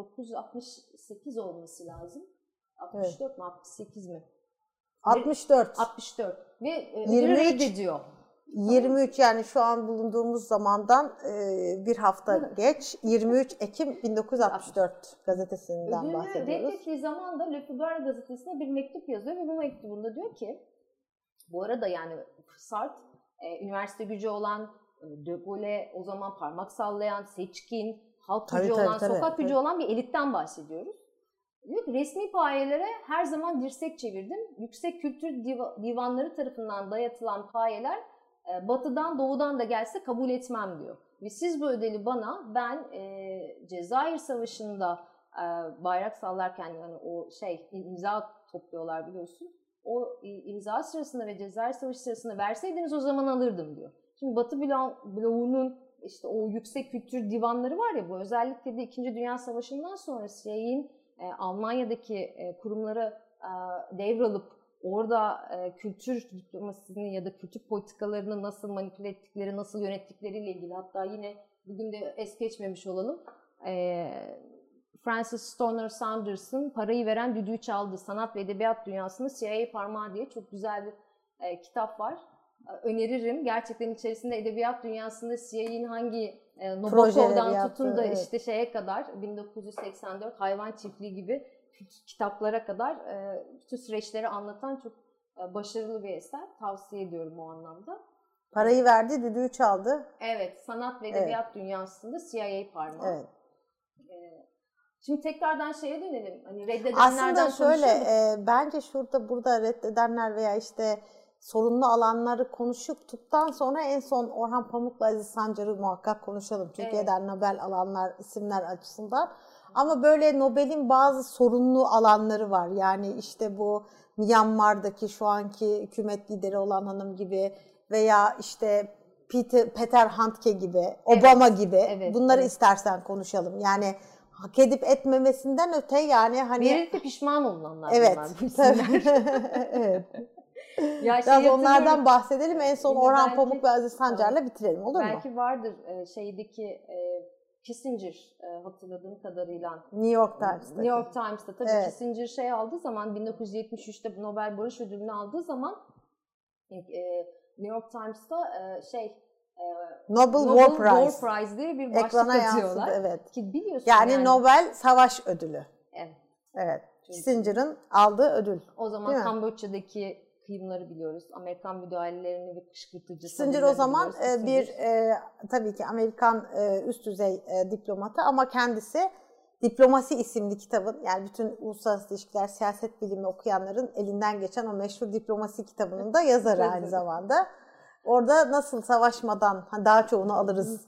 1968 olması lazım. 64 evet. mi 68 mi? 64. 64. Ve ödülü reddediyor. 23 yani şu an bulunduğumuz zamandan bir hafta geç. 23 Ekim 1964 gazetesinden bahsediyoruz. Ödülü reddettiği zaman da Le Figaro gazetesine bir mektup yazıyor ve bu mektubunda diyor ki, bu arada yani Sartre üniversite gücü olan, De Gaulle'e o zaman parmak sallayan, seçkin, halk Tabii, gücü tabii, olan, tabii, sokak gücü tabii. olan bir elitten bahsediyoruz. Diyor ki, resmi payelere her zaman dirsek çevirdim. Yüksek kültür divanları tarafından dayatılan payeler batıdan doğudan da gelse kabul etmem diyor. Ve siz bu ödeli bana, ben Cezayir Savaşı'nda bayrak sallarken, yani o imza topluyorlar biliyorsun. O imza sırasında ve Cezayir Savaşı sırasında verseydiniz o zaman alırdım diyor. Şimdi Batı bloğunun işte o yüksek kültür divanları var ya, bu özellikle de 2. Dünya Savaşı'ndan sonra CIA'nin Almanya'daki kurumlara devralıp orada kültür diplomasisini ya da kültür politikalarını nasıl manipüle ettikleri, nasıl yönettikleriyle ilgili, hatta yine bugün de es geçmemiş olalım. Francis Stoner Saunders'ın Parayı Veren Düdüğü Çaldı, Sanat ve Edebiyat Dünyasında CIA Parmağı diye çok güzel bir kitap var. Öneririm. Gerçekten içerisinde edebiyat dünyasında CIA'nin hangi Nabokov'dan tutun da işte şeye kadar 1984 Hayvan Çiftliği gibi kitaplara kadar bütün süreçleri anlatan çok başarılı bir eser. Tavsiye ediyorum o anlamda. Parayı verdi, düdüğü çaldı. Evet, sanat ve edebiyat dünyasında CIA parmağı. Evet. Şimdi tekrardan şeye dönelim. Hani reddedenlerden aslında şöyle, bence burada reddedenler veya işte sorunlu alanları konuştuktan sonra en son Orhan Pamuk'la Aziz Sancar'ı muhakkak konuşalım. Türkiye'den Nobel alanlar, isimler açısından. Ama böyle Nobel'in bazı sorunlu alanları var. Yani işte bu Myanmar'daki şu anki hükümet lideri olan hanım gibi veya işte Peter Handke gibi, Obama gibi. Bunları istersen konuşalım. Yani hak edip etmemesinden öte, yani hani... Birlikte pişman olanlar bunlar. Evet. Ya biraz onlardan bahsedelim. En son Orhan Pamuk ve Aziz Sancar'la bitirelim, olur mu? Belki vardır şeydeki Kissinger, hatırladığım kadarıyla. New York Times'ta tabii Kissinger aldığı zaman 1973'te Nobel Barış Ödülünü aldığı zaman New York Times'ta Nobel War Prize diye bir başlık atıyorlar. Evet. Ki biliyorsun yani Nobel Savaş Ödülü. Evet. Evet. Kissinger'ın aldığı ödül. O zaman Kamboçya'daki kıyımları biliyoruz. Amerikan müdahalelerini ve kışkırtıcı Kissinger o zaman tabii ki Amerikan üst düzey diplomatı, ama kendisi Diplomasi isimli kitabın, yani bütün uluslararası ilişkiler, siyaset bilimi okuyanların elinden geçen o meşhur Diplomasi kitabının da yazarı aynı zamanda. Orada nasıl savaşmadan daha çoğunu alırız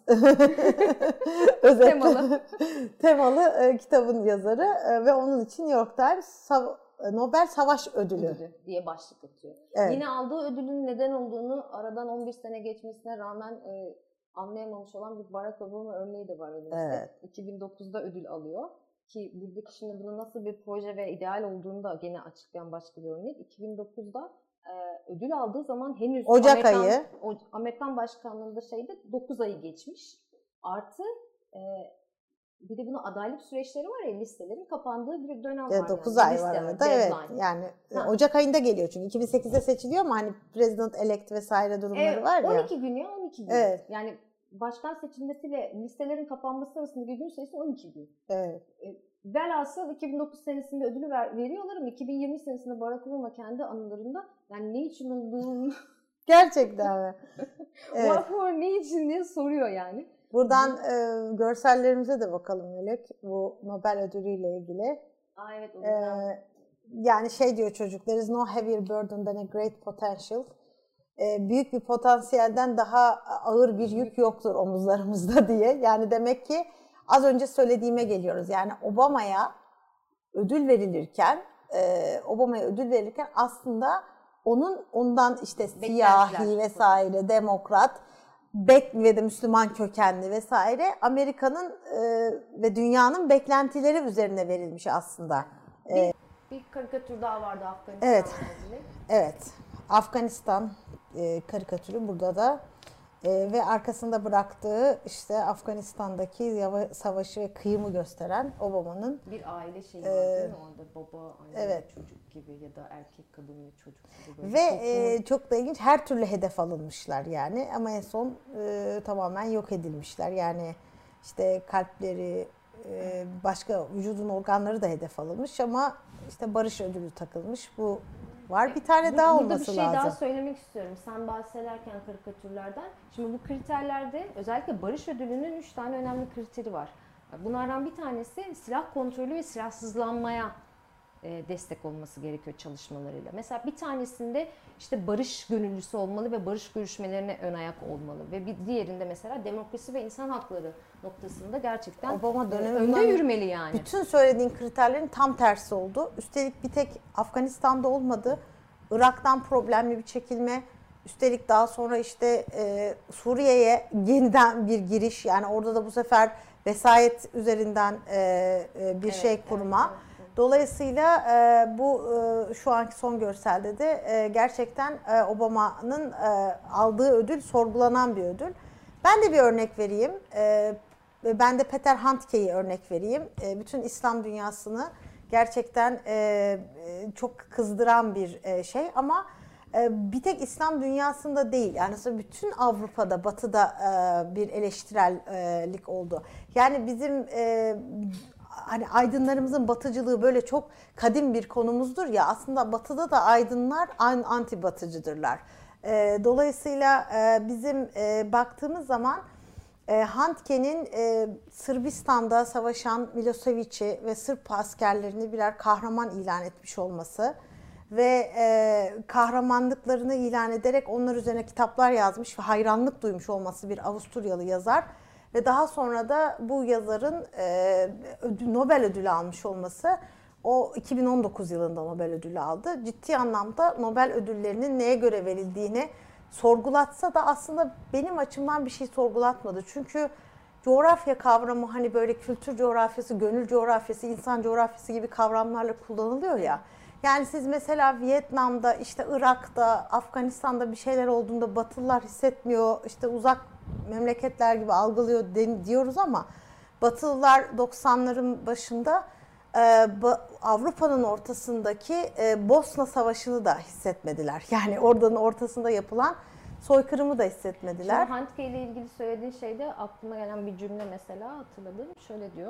temalı kitabın yazarı ve onun için New York Times Nobel Savaş Ödülü diye başlık atıyor. Evet. Yine aldığı ödülün neden olduğunu aradan 11 sene geçmesine rağmen anlayamamış olan bir Barack Obama örneği de var elimizde. Evet. 2009'da ödül alıyor. Ki buradaki şimdi bunun nasıl bir proje ve ideal olduğunu da gene açıklayan başka bir örnek. 2009'da ödül aldığı zaman henüz Amerikan başkanlığında 9 ayı geçmiş. Artı bir de bunun adaylık süreçleri var ya, listelerin kapandığı bir dönem var. 9 ay var arada, evet. Yani Ocak ayında geliyor çünkü 2008'de seçiliyor ama hani President elect vesaire durumları var ya. 12 gün ya, 12 gün. Evet. Yani başkan seçilmesiyle listelerin kapanması arasındaki gün sayısı 12 gün. Evet. Velhasıl 2009 senesinde ödülü veriyorlar ama 2020 senesinde Barack Obama kendi anılarında yani ne için olduğunu gerçekten mi? Evet. Ne için diye soruyor yani. Buradan görsellerimize de bakalım Melek, bu Nobel ödülüyle ilgili. Evet. Yani diyor çocuk, there is no heavier burden than a great potential. Büyük bir potansiyelden daha ağır bir yük yoktur omuzlarımızda diye. Yani demek ki az önce söylediğime geliyoruz. Yani Obama'ya ödül verilirken aslında ondan işte siyahi vesaire, demokrat, ve de Müslüman kökenli vesaire Amerika'nın ve dünyanın beklentileri üzerine verilmiş aslında. Bir karikatür daha vardı Afganistan'la ilgili. Evet. Afganistan karikatürü burada da ve arkasında bıraktığı işte Afganistan'daki savaşı ve kıyımı gösteren Obama'nın bir aile şeyi var değil mi orada, baba, anne, çocuk gibi ya da erkek, kadın ve çocuk gibi. Ve çok da ilginç, her türlü hedef alınmışlar yani, ama en son tamamen yok edilmişler. Yani işte kalpleri, başka vücudun organları da hedef alınmış ama işte barış ödülü takılmış. Bu var. Bir tane daha Burada olması bir şey lazım. daha söylemek istiyorum. Sen bahsederken karikatürlerden. Şimdi bu kriterlerde özellikle Barış Ödülü'nün 3 tane önemli kriteri var. Bunlardan bir tanesi silah kontrolü ve silahsızlanmaya destek olması gerekiyor çalışmalarıyla. Mesela bir tanesinde işte barış gönüllüsü olmalı ve barış görüşmelerine ön ayak olmalı. Ve bir diğerinde mesela demokrasi ve insan hakları noktasında gerçekten Obama dönemi önde bunların yürümeli yani. Bütün söylediğin kriterlerin tam tersi oldu. Üstelik bir tek Afganistan'da olmadı. Irak'tan problemli bir çekilme. Üstelik daha sonra işte Suriye'ye yeniden bir giriş. Yani orada da bu sefer vesayet üzerinden bir şey kurma. Evet. Dolayısıyla bu şu anki son görselde de gerçekten Obama'nın aldığı ödül sorgulanan bir ödül. Ben de bir örnek vereyim. Ben de Peter Handke'yi örnek vereyim. Bütün İslam dünyasını gerçekten çok kızdıran bir şey ama bir tek İslam dünyasında değil. Yani bütün Avrupa'da, Batı'da bir eleştirellik oldu. Yani bizim hani aydınlarımızın batıcılığı böyle çok kadim bir konumuzdur ya, aslında Batı'da da aydınlar anti batıcıdırlar. Dolayısıyla bizim baktığımız zaman Handke'nin Sırbistan'da savaşan Milosevic'i ve Sırp askerlerini birer kahraman ilan etmiş olması ve kahramanlıklarını ilan ederek onlar üzerine kitaplar yazmış ve hayranlık duymuş olması bir Avusturyalı yazar. Ve daha sonra da bu yazarın Nobel ödülü almış olması, o 2019 yılında Nobel ödülü aldı. Ciddi anlamda Nobel ödüllerinin neye göre verildiğini sorgulatsa da aslında benim açımdan bir şey sorgulatmadı. Çünkü coğrafya kavramı hani böyle kültür coğrafyası, gönül coğrafyası, insan coğrafyası gibi kavramlarla kullanılıyor ya. Yani siz mesela Vietnam'da, işte Irak'ta, Afganistan'da bir şeyler olduğunda Batılılar hissetmiyor, işte uzak memleketler gibi algılıyor diyoruz ama Batılılar 90'ların başında Avrupa'nın ortasındaki Bosna Savaşı'nı da hissetmediler. Yani oradanın ortasında yapılan soykırımı da hissetmediler. Şimdi Handke ile ilgili söylediğin şeyde aklıma gelen bir cümle mesela hatırladım. Şöyle diyor,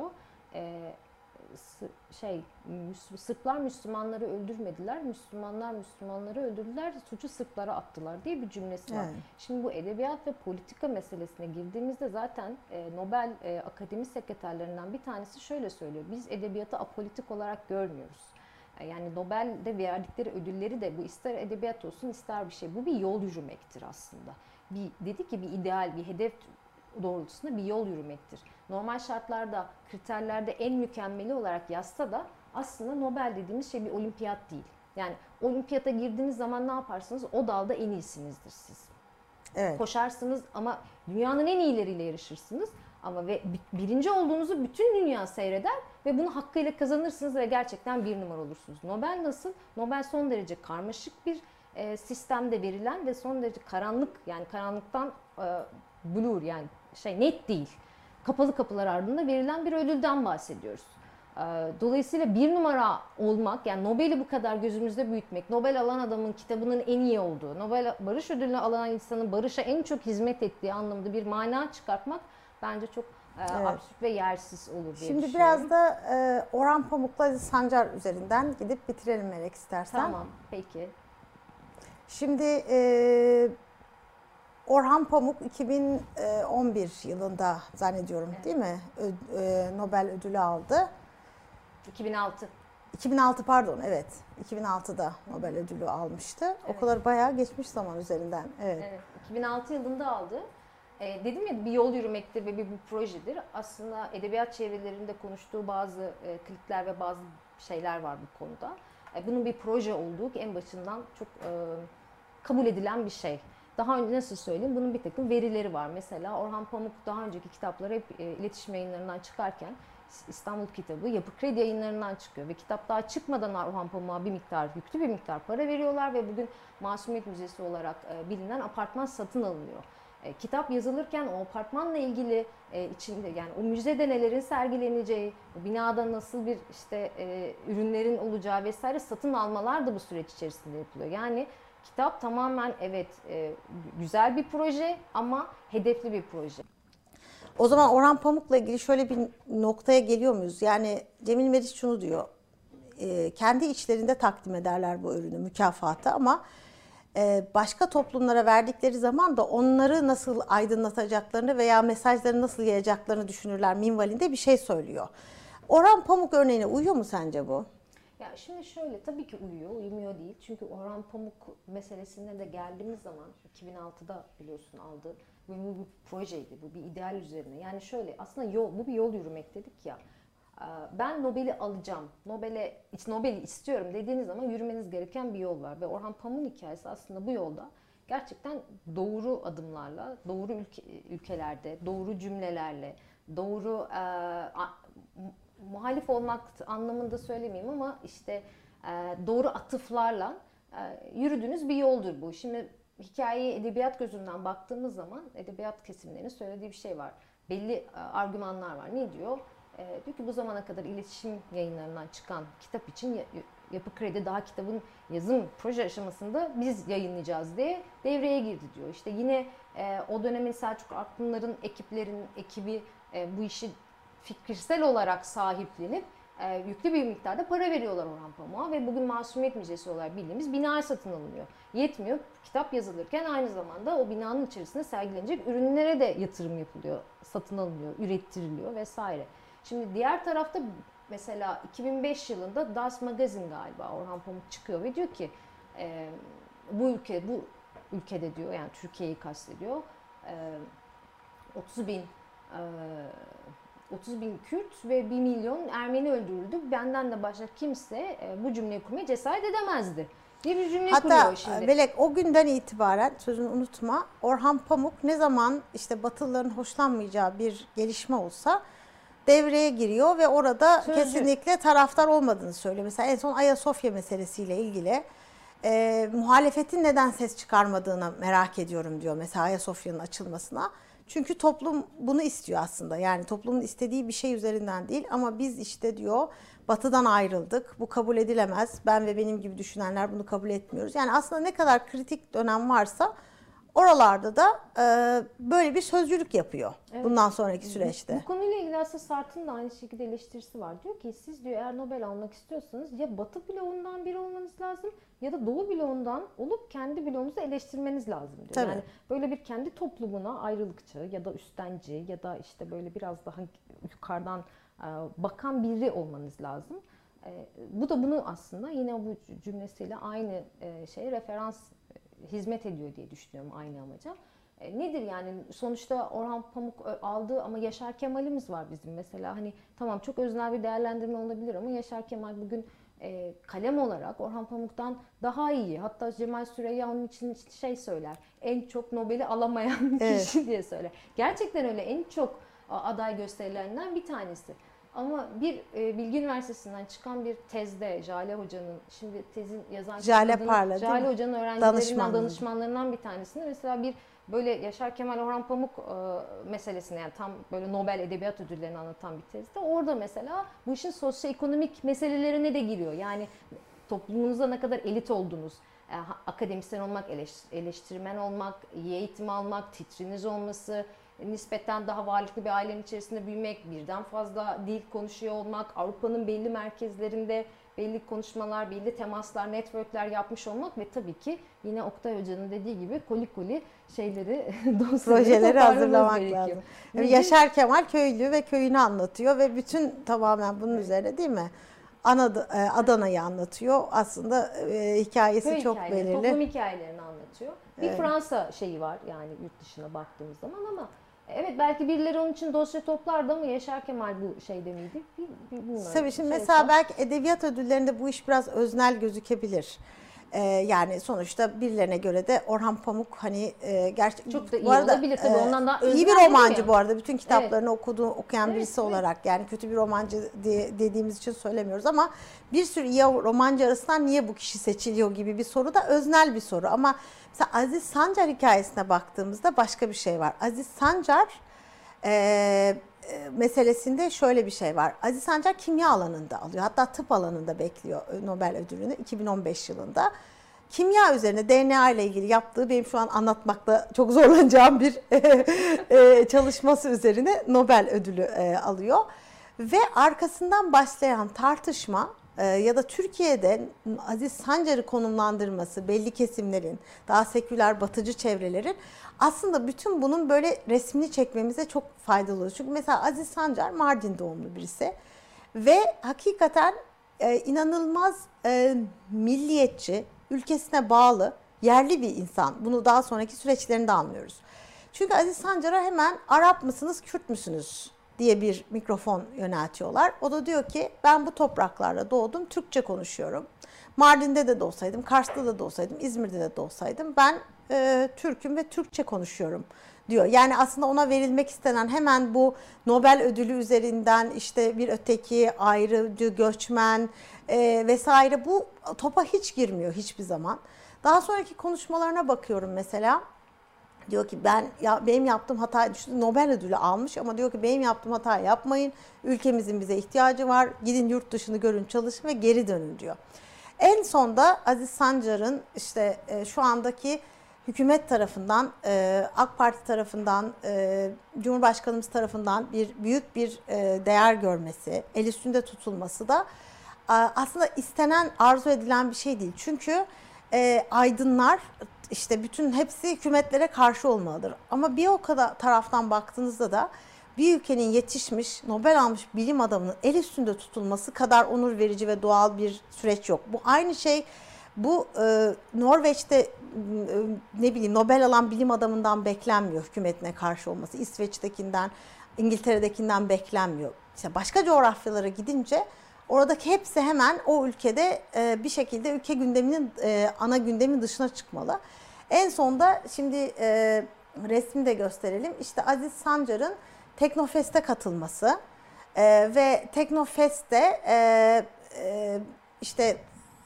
Sırplar Müslümanları öldürmediler, Müslümanlar Müslümanları öldürdüler, suçu Sırplara attılar diye bir cümlesi var. Evet. Şimdi bu edebiyat ve politika meselesine girdiğimizde zaten Nobel Akademi sekreterlerinden bir tanesi şöyle söylüyor: biz edebiyatı apolitik olarak görmüyoruz. Yani Nobel'de verdikleri ödülleri de, bu ister edebiyat olsun ister bir şey, bu bir yol yürümektir aslında. Dedi ki bir ideal, bir hedef doğrultusunda bir yol yürümektir. Normal şartlarda, kriterlerde en mükemmeli olarak yazsa da aslında Nobel dediğimiz şey bir olimpiyat değil. Yani olimpiyata girdiğiniz zaman ne yaparsınız? O dalda en iyisinizdir siz. Evet. Koşarsınız ama dünyanın en iyileriyle yarışırsınız. Ama ve birinci olduğunuzu bütün dünya seyreder ve bunu hakkıyla kazanırsınız ve gerçekten bir numara olursunuz. Nobel nasıl? Nobel son derece karmaşık bir sistemde verilen ve son derece karanlık, yani karanlıktan blur, yani net değil, kapalı kapılar ardında verilen bir ödülden bahsediyoruz. Dolayısıyla bir numara olmak, yani Nobel'i bu kadar gözümüzde büyütmek, Nobel alan adamın kitabının en iyi olduğu, Nobel Barış Ödülünü alan insanın barışa en çok hizmet ettiği anlamında bir mana çıkartmak bence çok absürt ve yersiz olur diye Şimdi düşünüyorum. biraz da Orhan Pamuk'la Aziz Sancar üzerinden gidip bitirelim Melek, istersen. Tamam, peki. Şimdi Orhan Pamuk 2011 yılında zannediyorum, evet, değil mi? Nobel ödülü aldı. 2006 pardon, evet. 2006'da Nobel ödülü almıştı. Evet. O kadar bayağı geçmiş zaman üzerinden. Evet. 2006 yılında aldı. Dedim ya, bir yol yürümektir ve bir projedir. Aslında edebiyat çevrelerinde konuştuğu bazı klipler ve bazı şeyler var bu konuda. Bunun bir proje olduğu en başından çok kabul edilen bir şey. Daha önce nasıl söyleyeyim, bunun bir takım verileri var. Mesela Orhan Pamuk daha önceki kitapları hep iletişim yayınlarından çıkarken İstanbul kitabı Yapı Kredi yayınlarından çıkıyor ve kitap daha çıkmadan Orhan Pamuk'a yüklü bir miktar para veriyorlar ve bugün Masumiyet Müzesi olarak bilinen apartman satın alınıyor. Kitap yazılırken o apartmanla ilgili içinde, yani o müzede nelerin sergileneceği, o binada nasıl bir ürünlerin olacağı vesaire satın almalar da bu süreç içerisinde yapılıyor. Yani kitap tamamen güzel bir proje ama hedefli bir proje. O zaman Orhan Pamuk'la ilgili şöyle bir noktaya geliyor muyuz? Yani Cemil Meriç şunu diyor: kendi içlerinde takdim ederler bu ürünü, mükafatı, ama başka toplumlara verdikleri zaman da onları nasıl aydınlatacaklarını veya mesajları nasıl yayacaklarını düşünürler minvalinde bir şey söylüyor. Orhan Pamuk örneğine uyuyor mu sence bu? Ya şimdi şöyle, tabii ki uyuyor, uymuyor değil. Çünkü Orhan Pamuk meselesine de geldiğimiz zaman 2006'da biliyorsun aldı. Bu bir projeydi, bu bir ideal üzerine. Yani şöyle, aslında bu bir yol yürümek dedik ya. Ben Nobel'i alacağım, Nobel'i istiyorum dediğiniz zaman yürümeniz gereken bir yol var. Ve Orhan Pamuk'un hikayesi aslında bu yolda gerçekten doğru adımlarla, doğru ülkelerde, doğru cümlelerle, doğru muhalif olmak anlamında söylemeyeyim ama işte doğru atıflarla yürüdüğünüz bir yoldur bu. Şimdi hikayeye edebiyat gözünden baktığımız zaman edebiyat kesimlerinin söylediği bir şey var. Belli argümanlar var. Ne diyor? Diyor ki bu zamana kadar iletişim yayınlarından çıkan kitap için Yapı Kredi daha kitabın yazım proje aşamasında biz yayınlayacağız diye devreye girdi diyor. İşte yine o dönemin Selçuk Akpınar'ın ekibi bu işi fikirsel olarak sahiplenip yüklü bir miktarda para veriyorlar Orhan Pamuk'a ve bugün Masumiyet Müzesi olarak bildiğimiz bina satın alınıyor. Yetmiyor, kitap yazılırken aynı zamanda o binanın içerisinde sergilenecek ürünlere de yatırım yapılıyor, satın alınıyor, ürettiriliyor vesaire. Şimdi diğer tarafta mesela 2005 yılında Das Magazin galiba Orhan Pamuk çıkıyor ve diyor ki bu ülkede diyor, yani Türkiye'yi kastediyor, 30 bin Kürt ve 1 milyon Ermeni öldürüldü. Benden de başka kimse bu cümleyi kurmaya cesaret edemezdi diye bir cümle kuruyor şimdi. Hatta Melek, o günden itibaren, sözünü unutma, Orhan Pamuk ne zaman işte Batılıların hoşlanmayacağı bir gelişme olsa devreye giriyor ve orada kesinlikle taraftar olmadığını söylüyor. Mesela en son Ayasofya meselesiyle ilgili muhalefetin neden ses çıkarmadığını merak ediyorum diyor mesela Ayasofya'nın açılmasına. Çünkü toplum bunu istiyor aslında. Yani toplumun istediği bir şey üzerinden değil, ama biz işte diyor Batı'dan ayrıldık. Bu kabul edilemez. Ben ve benim gibi düşünenler bunu kabul etmiyoruz. Yani aslında ne kadar kritik dönem varsa oralarda da böyle bir sözcülük yapıyor. Evet. Bundan sonraki süreçte. Bu konuyla ilgili aslında Sartre'ın da aynı şekilde eleştirisi var. Diyor ki siz diyor eğer Nobel almak istiyorsanız ya Batı bloğundan biri olmanız lazım ya da Doğu bloğundan olup kendi bloğunuzu eleştirmeniz lazım diyor. Tabii. Yani böyle bir kendi toplumuna ayrılıkçı ya da üstenci ya da işte böyle biraz daha yukarıdan bakan biri olmanız lazım. Bu da bunu aslında yine bu cümlesiyle aynı şeye referans hizmet ediyor diye düşünüyorum, aynı amaca. Nedir yani sonuçta Orhan Pamuk aldı ama Yaşar Kemal'imiz var bizim mesela, hani tamam çok öznel bir değerlendirme olabilir ama Yaşar Kemal bugün kalem olarak Orhan Pamuk'tan daha iyi. Hatta Cemal Süreyya onun için şey söyler, en çok Nobel'i alamayan kişi diye söyler. Gerçekten öyle, en çok aday gösterilenden bir tanesi. Ama bir Bilgi Üniversitesi'nden çıkan bir tezde Jale Hoca'nın, şimdi tezin yazan Jale Hoca'nın öğrencilerinden, danışmanlarından bir tanesinde mesela bir böyle Yaşar Kemal Orhan Pamuk meselesine, yani tam böyle Nobel Edebiyat Ödülleri'ni anlatan bir tezde, orada mesela bu işin sosyoekonomik meselelerine de giriyor. Yani toplumunuzda ne kadar elit olduğunuz, akademisyen olmak, eleştirmen olmak, iyi eğitim almak, titriniz olması, nispeten daha varlıklı bir ailenin içerisinde büyümek, birden fazla dil konuşuyor olmak, Avrupa'nın belli merkezlerinde belli konuşmalar, belli temaslar, networkler yapmış olmak ve tabii ki yine Oktay Hoca'nın dediği gibi koli şeyleri, projeleri hazırlamak lazım. Yaşar Kemal köylü ve köyünü anlatıyor ve bütün tamamen bunun üzerine, değil mi? Adana'yı anlatıyor. Aslında hikayesi köy çok belirli. Toplum hikayelerini anlatıyor. Bir Fransa şeyi var yani yurt dışına baktığımız zaman, ama evet belki birileri onun için dosya toplardı ama Yaşar Kemal bu şeyde miydi? Tabii şimdi mesela belki edebiyat ödüllerinde bu iş biraz öznel gözükebilir. Yani sonuçta birilerine göre de Orhan Pamuk hani gerçekten çok da iyi olabilir tabii, ondan daha iyi bir romancı bu arada. Bütün kitaplarını okuyan birisi olarak, yani kötü bir romancı dediğimiz için söylemiyoruz ama bir sürü iyi romancı arasından niye bu kişi seçiliyor gibi bir soru da öznel bir soru. Ama mesela Aziz Sancar hikayesine baktığımızda başka bir şey var. Aziz Sancar meselesinde şöyle bir şey var. Aziz Sancar kimya alanında alıyor. Hatta tıp alanında bekliyor Nobel ödülünü 2015 yılında. Kimya üzerine DNA ile ilgili yaptığı, benim şu an anlatmakta çok zorlanacağım bir çalışması üzerine Nobel ödülü alıyor. Ve arkasından başlayan tartışma ya da Türkiye'de Aziz Sancar'ı konumlandırması belli kesimlerin, daha seküler batıcı çevrelerin aslında bütün bunun böyle resmini çekmemize çok faydalı oluyor. Çünkü mesela Aziz Sancar Mardin doğumlu birisi ve hakikaten inanılmaz milliyetçi, ülkesine bağlı, yerli bir insan. Bunu daha sonraki süreçlerinde anlıyoruz. Çünkü Aziz Sancar'a hemen Arap mısınız, Kürt müsünüz diye bir mikrofon yöneltiyorlar. O da diyor ki ben bu topraklarda doğdum, Türkçe konuşuyorum. Mardin'de de doğsaydım, Kars'ta da doğsaydım, İzmir'de de doğsaydım ben Türk'üm ve Türkçe konuşuyorum diyor. Yani aslında ona verilmek istenen hemen bu Nobel ödülü üzerinden işte bir öteki, ayrıcı, göçmen vesaire bu topa hiç girmiyor hiçbir zaman. Daha sonraki konuşmalarına bakıyorum mesela. Diyor ki benim yaptığım hatayı Nobel ödülü almış ama diyor ki benim yaptığım hatayı yapmayın. Ülkemizin bize ihtiyacı var. Gidin yurt dışını görün, çalışın ve geri dönün diyor. En sonda Aziz Sancar'ın işte şu andaki hükümet tarafından, AK Parti tarafından, Cumhurbaşkanımız tarafından büyük bir değer görmesi, el üstünde tutulması da aslında istenen, arzu edilen bir şey değil. Çünkü aydınlar işte bütün hepsi hükümetlere karşı olmalıdır. Ama bir o kadar taraftan baktığınızda da bir ülkenin yetişmiş, Nobel almış bilim adamının el üstünde tutulması kadar onur verici ve doğal bir süreç yok. Bu aynı şey bu Norveç'te ne bileyim Nobel alan bilim adamından beklenmiyor hükümetine karşı olması. İsveç'tekinden, İngiltere'dekinden beklenmiyor. İşte başka coğrafyalara gidince oradaki hepsi hemen o ülkede bir şekilde ülke gündeminin ana gündemin dışına çıkmalı. En sonda şimdi resmi de gösterelim. İşte Aziz Sancar'ın Teknofest'e katılması ve Teknofest'te işte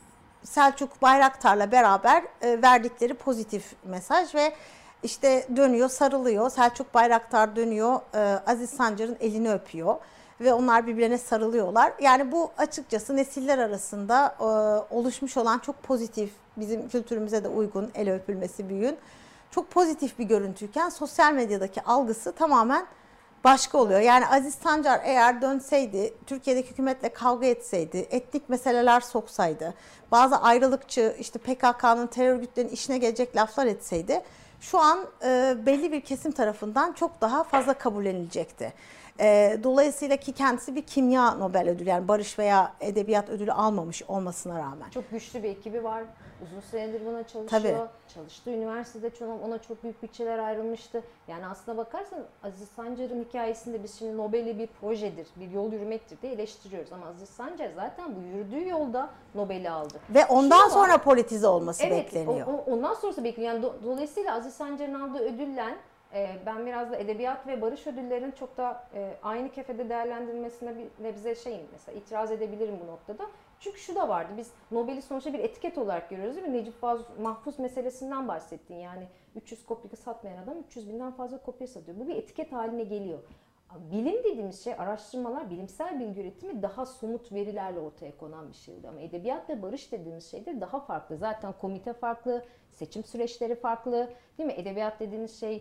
Selçuk Bayraktar'la beraber verdikleri pozitif mesaj ve işte dönüyor, sarılıyor. Selçuk Bayraktar dönüyor, Aziz Sancar'ın elini öpüyor ve onlar birbirlerine sarılıyorlar. Yani bu açıkçası nesiller arasında oluşmuş olan çok pozitif, bizim kültürümüze de uygun el öpülmesi büyüğün çok pozitif bir görüntüyken sosyal medyadaki algısı tamamen başka oluyor. Yani Aziz Sancar eğer dönseydi, Türkiye'deki hükümetle kavga etseydi, etnik meseleler soksaydı, bazı ayrılıkçı işte PKK'nın terör örgütlerinin işine gelecek laflar etseydi şu an belli bir kesim tarafından çok daha fazla kabullenilecekti. Dolayısıyla ki kendisi bir kimya Nobel ödülü yani barış veya edebiyat ödülü almamış olmasına rağmen. Çok güçlü bir ekibi var. Uzun süredir buna çalışıyor. Tabii. Çalıştığı üniversitede ona çok büyük bütçeler ayrılmıştı. Yani aslına bakarsan Aziz Sancar'ın hikayesinde biz şimdi Nobel'i bir projedir, bir yol yürümektir diye eleştiriyoruz. Ama Aziz Sancar zaten bu yürüdüğü yolda Nobel'i aldı. Ve ondan sonra politize olması bekleniyor. Ondan sonrası bekleniyor. Yani dolayısıyla Aziz Sancar'ın aldığı ödülle ben biraz da edebiyat ve barış ödüllerinin çok da aynı kefede değerlendirilmesine bir nebze mesela itiraz edebilirim bu noktada. Çünkü şu da vardı, biz Nobel'i sonuçta bir etiket olarak görüyoruz değil mi? Necip Mahfuz meselesinden bahsettin yani 300 kopya satmayan adam 300 binden fazla kopya satıyor. Bu bir etiket haline geliyor. Bilim dediğimiz şey, araştırmalar, bilimsel bilgi üretimi daha somut verilerle ortaya konan bir şeydi. Ama edebiyat ve barış dediğimiz şeydir daha farklı. Zaten komite farklı, seçim süreçleri farklı değil mi? Edebiyat dediğimiz şey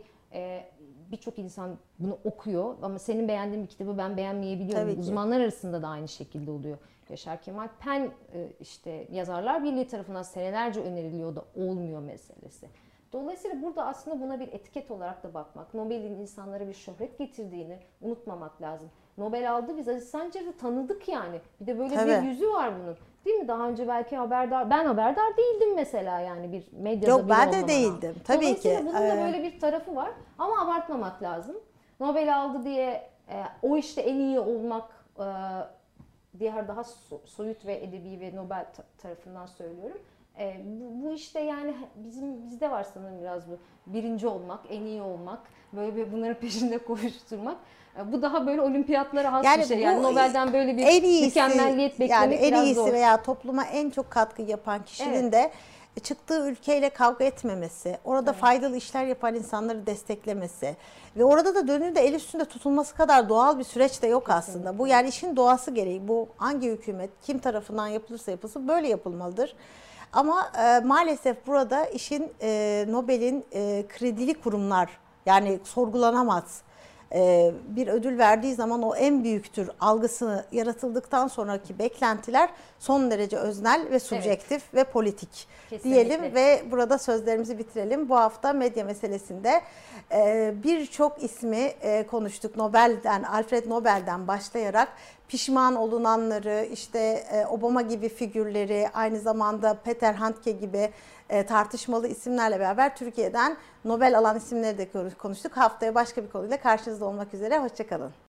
birçok insan bunu okuyor ama senin beğendiğin bir kitabı ben beğenmeyebiliyorum. Uzmanlar arasında da aynı şekilde oluyor. Yaşar Kemal Pen işte Yazarlar Birliği tarafından senelerce öneriliyor da olmuyor meselesi. Dolayısıyla burada aslında buna bir etiket olarak da bakmak, Nobel'in insanlara bir şöhret getirdiğini unutmamak lazım. Nobel aldı, biz Aziz Sancar'ı tanıdık yani. Bir de böyle bir yüzü var bunun. Değil mi? Daha önce belki ben haberdar değildim mesela yani bir medyada Yok ben de değildim. Tabii ki. Bunun da böyle bir tarafı var ama abartmamak lazım. Nobel aldı diye o işte en iyi olmak diğer daha soyut ve edebi ve Nobel tarafından söylüyorum. Bu işte yani bizde var sanırım biraz bu birinci olmak, en iyi olmak, böyle bunların peşinde koşturmak. Bu daha böyle olimpiyatlara has bir şey. Yani Nobel'den böyle bir mükemmelliyet beklemek yani biraz zor. En iyisi veya topluma en çok katkı yapan kişinin de çıktığı ülkeyle kavga etmemesi, orada faydalı işler yapan insanları desteklemesi ve orada da dönünde el üstünde tutulması kadar doğal bir süreç de yok aslında. Bu yani işin doğası gereği. Bu hangi hükümet, kim tarafından yapılırsa yapılsın böyle yapılmalıdır. Ama maalesef burada işin Nobel'in kredili kurumlar yani sorgulanamaz bir ödül verdiği zaman o en büyüktür algısı yaratıldıktan sonraki beklentiler son derece öznel ve subjektif ve politik Kesinlikle. diyelim ve burada sözlerimizi bitirelim. Bu hafta medya meselesinde birçok ismi konuştuk. Nobel'den, Alfred Nobel'den başlayarak pişman olunanları, işte Obama gibi figürleri, aynı zamanda Peter Handke gibi tartışmalı isimlerle beraber Türkiye'den Nobel alan isimleri de konuştuk. Haftaya başka bir konuyla karşınızda olmak üzere. Hoşça kalın.